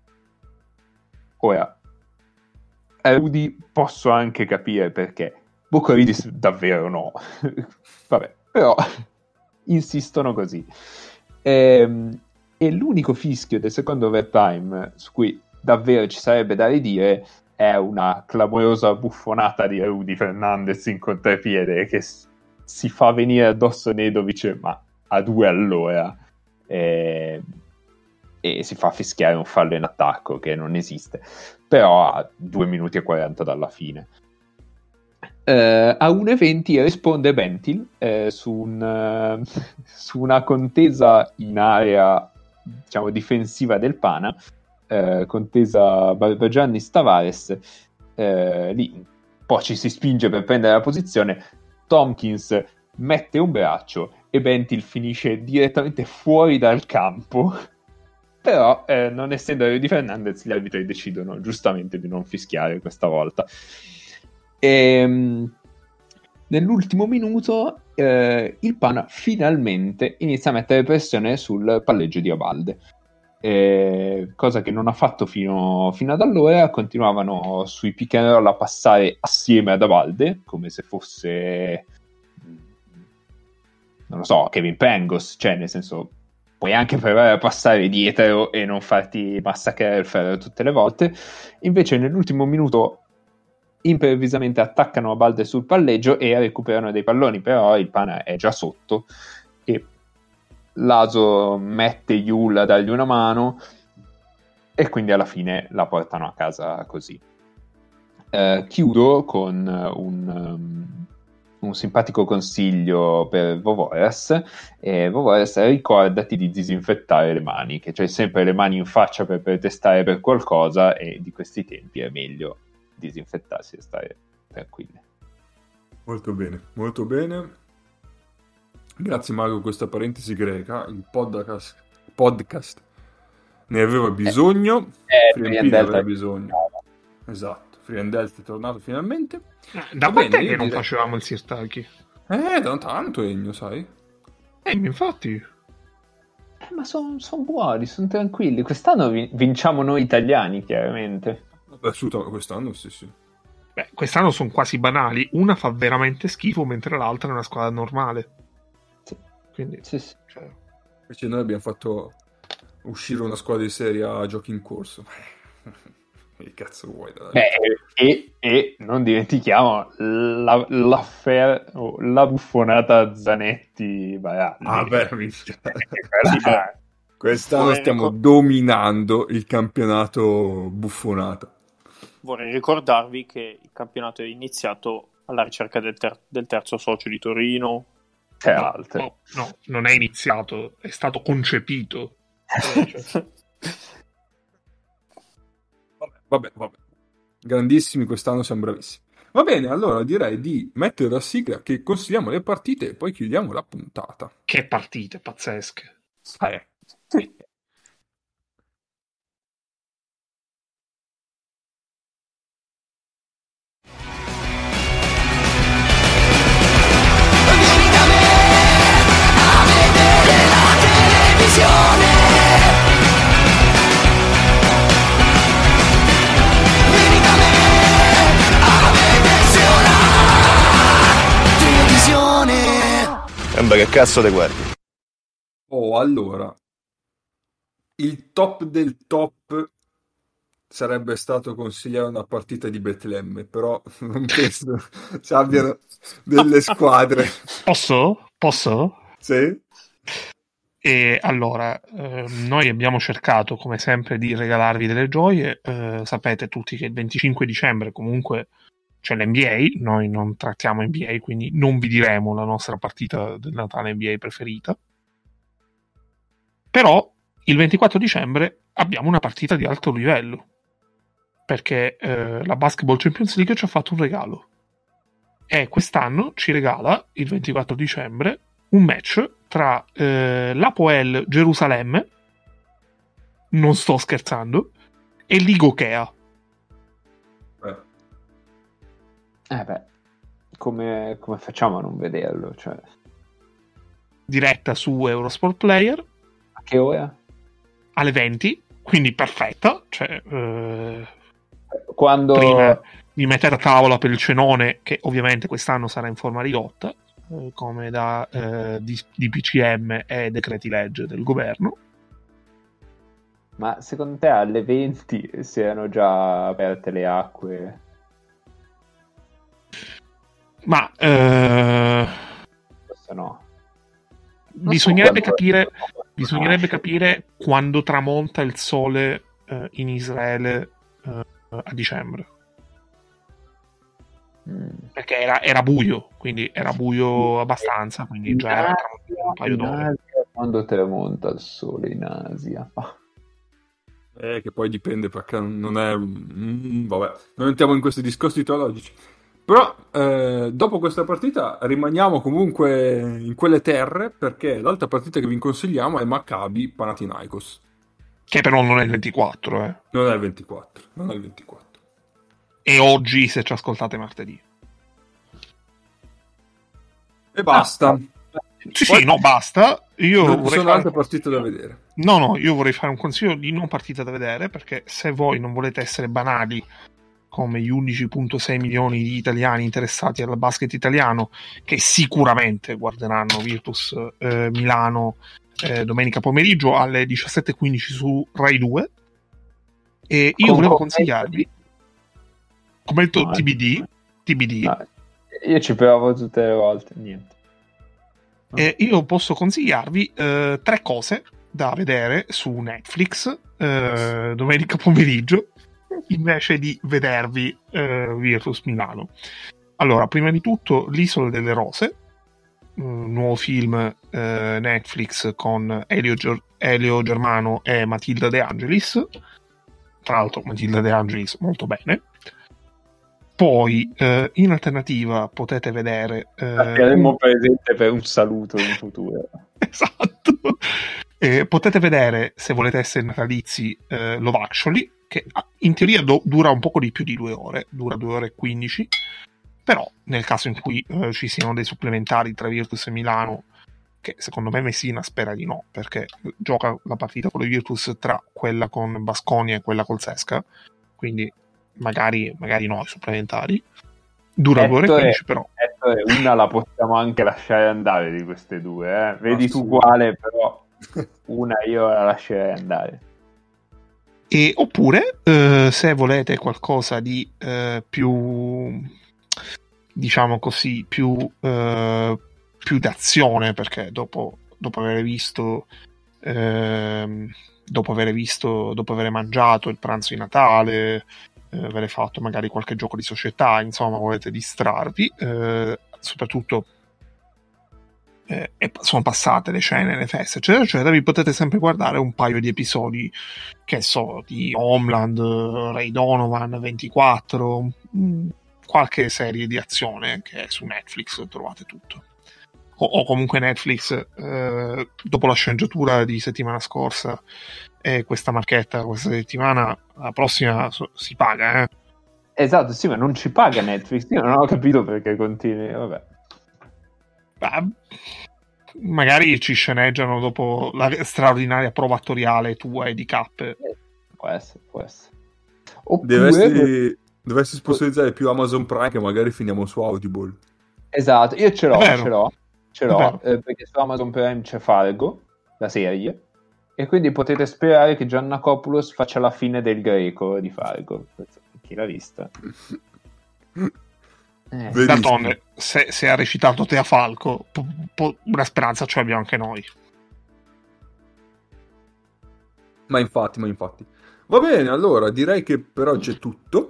Ora, Rudy posso anche capire perché, Bokoridis davvero no. Vabbè, però insistono così. E l'unico fischio del secondo overtime su cui davvero ci sarebbe da ridire è una clamorosa buffonata di Rudy Fernandez in contropiede che si fa venire addosso Nedovic, ma a 2 all'ora, e si fa fischiare un fallo in attacco che non esiste, però a 2 minuti e 40 dalla fine. A 1:20 risponde Bentil su una contesa in area, diciamo, difensiva del Pana, contesa Barbagiannis Tavares, lì poi ci si spinge per prendere la posizione, Tompkins mette un braccio e Bentil finisce direttamente fuori dal campo, però non essendo Rudy Fernandez gli arbitri decidono giustamente di non fischiare questa volta. Nell'ultimo minuto il Pana finalmente inizia a mettere pressione sul palleggio di Abalde, cosa che non ha fatto fino ad allora. Continuavano sui pick and roll a passare assieme ad Abalde come se fosse, non lo so, Kevin Pangos, cioè nel senso puoi anche provare a passare dietro e non farti massacrare il ferro tutte le volte. Invece nell'ultimo minuto improvvisamente attaccano a balde sul palleggio e recuperano dei palloni, però il Pana è già sotto e Laso mette Yul a dargli una mano e quindi alla fine la portano a casa così. Chiudo con un simpatico consiglio per Vovoras. Vovoras, ricordati di disinfettare le mani, che c'hai sempre le mani in faccia per protestare per qualcosa e di questi tempi è meglio disinfettarsi e stare tranquilli. Molto bene, molto bene. Grazie Mario, questa parentesi greca, il podcast ne aveva bisogno, Friendel aveva bisogno. Esatto, Friendel è tornato finalmente. Da quant'è che non facevamo il Sirtaki? Da tanto, Ennio, sai? Infatti. Ma sono buoni, sono tranquilli. Quest'anno vinciamo noi italiani, chiaramente. Assolutamente, quest'anno sì. Beh, quest'anno sono quasi banali. Una fa veramente schifo, mentre l'altra è una squadra normale. Sì. Quindi, sì. Cioè, invece noi abbiamo fatto uscire una squadra di serie a giochi in corso. Che cazzo vuoi? E non dimentichiamo la buffonata Zanetti Baralli. Quest'anno stiamo dominando il campionato buffonata. Vorrei ricordarvi che il campionato è iniziato alla ricerca del terzo socio di Torino. No, non è iniziato, è stato concepito. Vabbè. Grandissimi, quest'anno siamo bravissimi. Va bene, allora direi di mettere la sigla, che consigliamo le partite e poi chiudiamo la puntata. Che partite pazzesche. Vieni da me a vedere la televisione. Vieni da me a vedersi una televisione. Sembra che cazzo te guardi. Allora, il top del top sarebbe stato consigliare una partita di Betlemme, però non penso ci abbiano delle squadre. Posso? Sì? E allora, noi abbiamo cercato come sempre di regalarvi delle gioie. Sapete tutti che il 25 dicembre comunque c'è l'NBA, noi non trattiamo NBA, quindi non vi diremo la nostra partita del Natale NBA preferita. Però il 24 dicembre abbiamo una partita di alto livello, perché la Basketball Champions League ci ha fatto un regalo e quest'anno ci regala il 24 dicembre un match tra l'Hapoel Gerusalemme, non sto scherzando, e l'Igokea. Come facciamo a non vederlo? Cioè, diretta su Eurosport Player. a che ora? Alle 20, quindi perfetta, cioè Quando prima di mettere a tavola per il cenone, che ovviamente quest'anno sarà in forma ridotta, come da DPCM e decreti legge del governo. Ma secondo te alle 20 si erano già aperte le acque? Ma Forse no. bisognerebbe capire quando tramonta il sole in Israele a dicembre. Perché era buio, quindi era buio abbastanza, quindi già era tramontato un paio d'ore. Quando tramonta il sole in Asia? Che poi dipende, perché non è... vabbè, non entriamo in questi discorsi teologici. Però dopo questa partita rimaniamo comunque in quelle terre, perché l'altra partita che vi consigliamo è Maccabi Panathinaikos. Che però non è il 24, Non è il 24. E oggi, se ci ascoltate martedì. E basta. Sì, basta. Io Non vorrei sono altre partite da vedere. No, io vorrei fare un consiglio di non partita da vedere, perché se voi non volete essere banali come gli 11,6 milioni di italiani interessati al basket italiano, che sicuramente guarderanno Virtus Milano domenica pomeriggio alle 17:15 su Rai 2. E io volevo consigliarvi commento TBD. No, io ci provo tutte le volte, niente. Io posso consigliarvi 3 cose da vedere su Netflix domenica pomeriggio invece di vedervi Virtus Milano. Allora, prima di tutto L'Isola delle Rose, un nuovo film Netflix con Elio Germano e Matilda De Angelis. Tra l'altro Matilda De Angelis molto bene. Poi in alternativa potete vedere saremo presente per un saluto in futuro. Esatto. Potete vedere, se volete essere natalizi, Love Actually, che in teoria dura un poco di più di 2 ore, dura 2 ore e 15, però nel caso in cui ci siano dei supplementari tra Virtus e Milano, che secondo me Messina spera di no, perché gioca la partita con le Virtus tra quella con Baskonia e quella col Sesca, quindi magari no, i supplementari. Dura 2 ore e 15, però. Una la possiamo anche lasciare andare di queste 2, Vedi tu quale, però una io la lascerei andare. E oppure, se volete qualcosa di più, diciamo così, più d'azione, perché dopo aver mangiato il pranzo di Natale, avere fatto magari qualche gioco di società, insomma volete distrarvi, soprattutto sono passate le cene, le feste eccetera eccetera, vi potete sempre guardare un paio di episodi, che so, di Homeland, Ray Donovan 24, qualche serie di azione che è su Netflix, trovate tutto. O comunque Netflix, dopo la sceneggiatura di settimana scorsa e questa marchetta questa settimana, la prossima si paga, Esatto, sì, ma non ci paga Netflix, io non ho capito perché continui, vabbè. Magari ci sceneggiano dopo la straordinaria prova attoriale tua e di Cap. Può essere. Oppure dovresti sponsorizzare più Amazon Prime, che magari finiamo su Audible. Esatto, io ce l'ho, perché su Amazon Prime c'è Fargo, la serie, e quindi potete sperare che Giannakopoulos faccia la fine del Greco di Fargo. Chi l'ha vista? D'altronde, se ha recitato Tea Falco, una speranza ce l'abbiamo anche noi. Ma infatti. Va bene, allora direi che per oggi è tutto.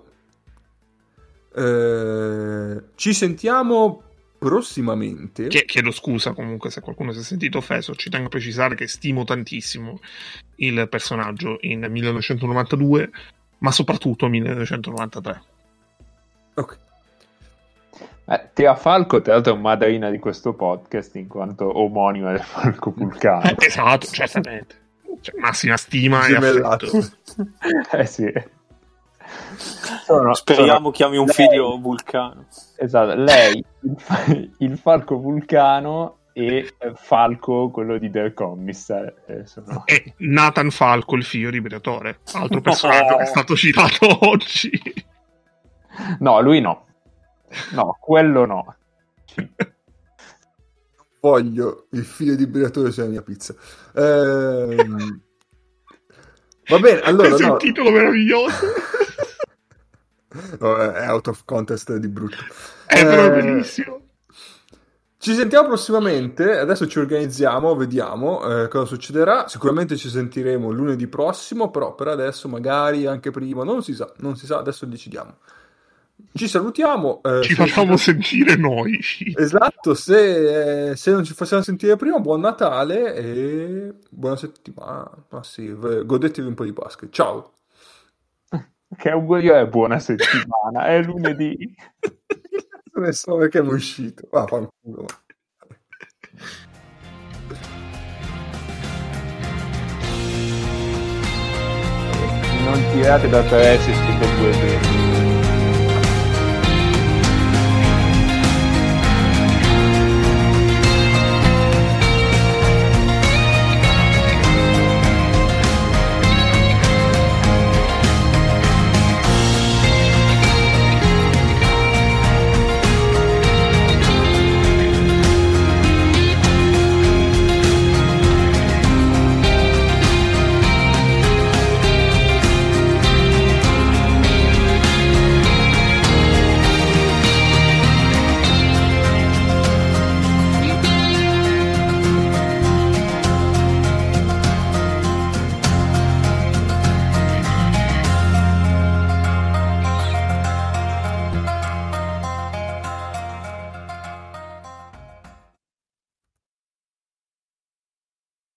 Ci sentiamo prossimamente. Chiedo scusa comunque se qualcuno si è sentito offeso, ci tengo a precisare che stimo tantissimo il personaggio in 1992, ma soprattutto 1993. Ok. Tea Falco tra l'altro è madrina di questo podcast in quanto omonima del Falco Vulcano. Esatto, certamente, massima stima e affetto. Sì. Speriamo chiami un figlio Vulcano. Esatto, lei il Falco Vulcano e Falco quello di Der Commissar e Nathan Falco il figlio di Briatore, altro personaggio che è stato citato oggi. No, lui no, quello no. Voglio il figlio di Briatore sulla mia pizza. Va bene, allora questo è un titolo meraviglioso. No, è out of context di brutto. È però bellissimo. Ci sentiamo prossimamente. Adesso ci organizziamo, vediamo cosa succederà. Sicuramente ci sentiremo lunedì prossimo, però per adesso magari anche prima, non si sa, adesso decidiamo. Ci salutiamo. Ci facciamo sentire noi. Esatto, se non ci facciamo sentire prima, buon Natale e buona settimana. Godetevi un po' di basket. Ciao. Che augurio è buona settimana? È lunedì. Non so perché è uscito. Fanculo. Non tirate da 3 se siete 2 bene.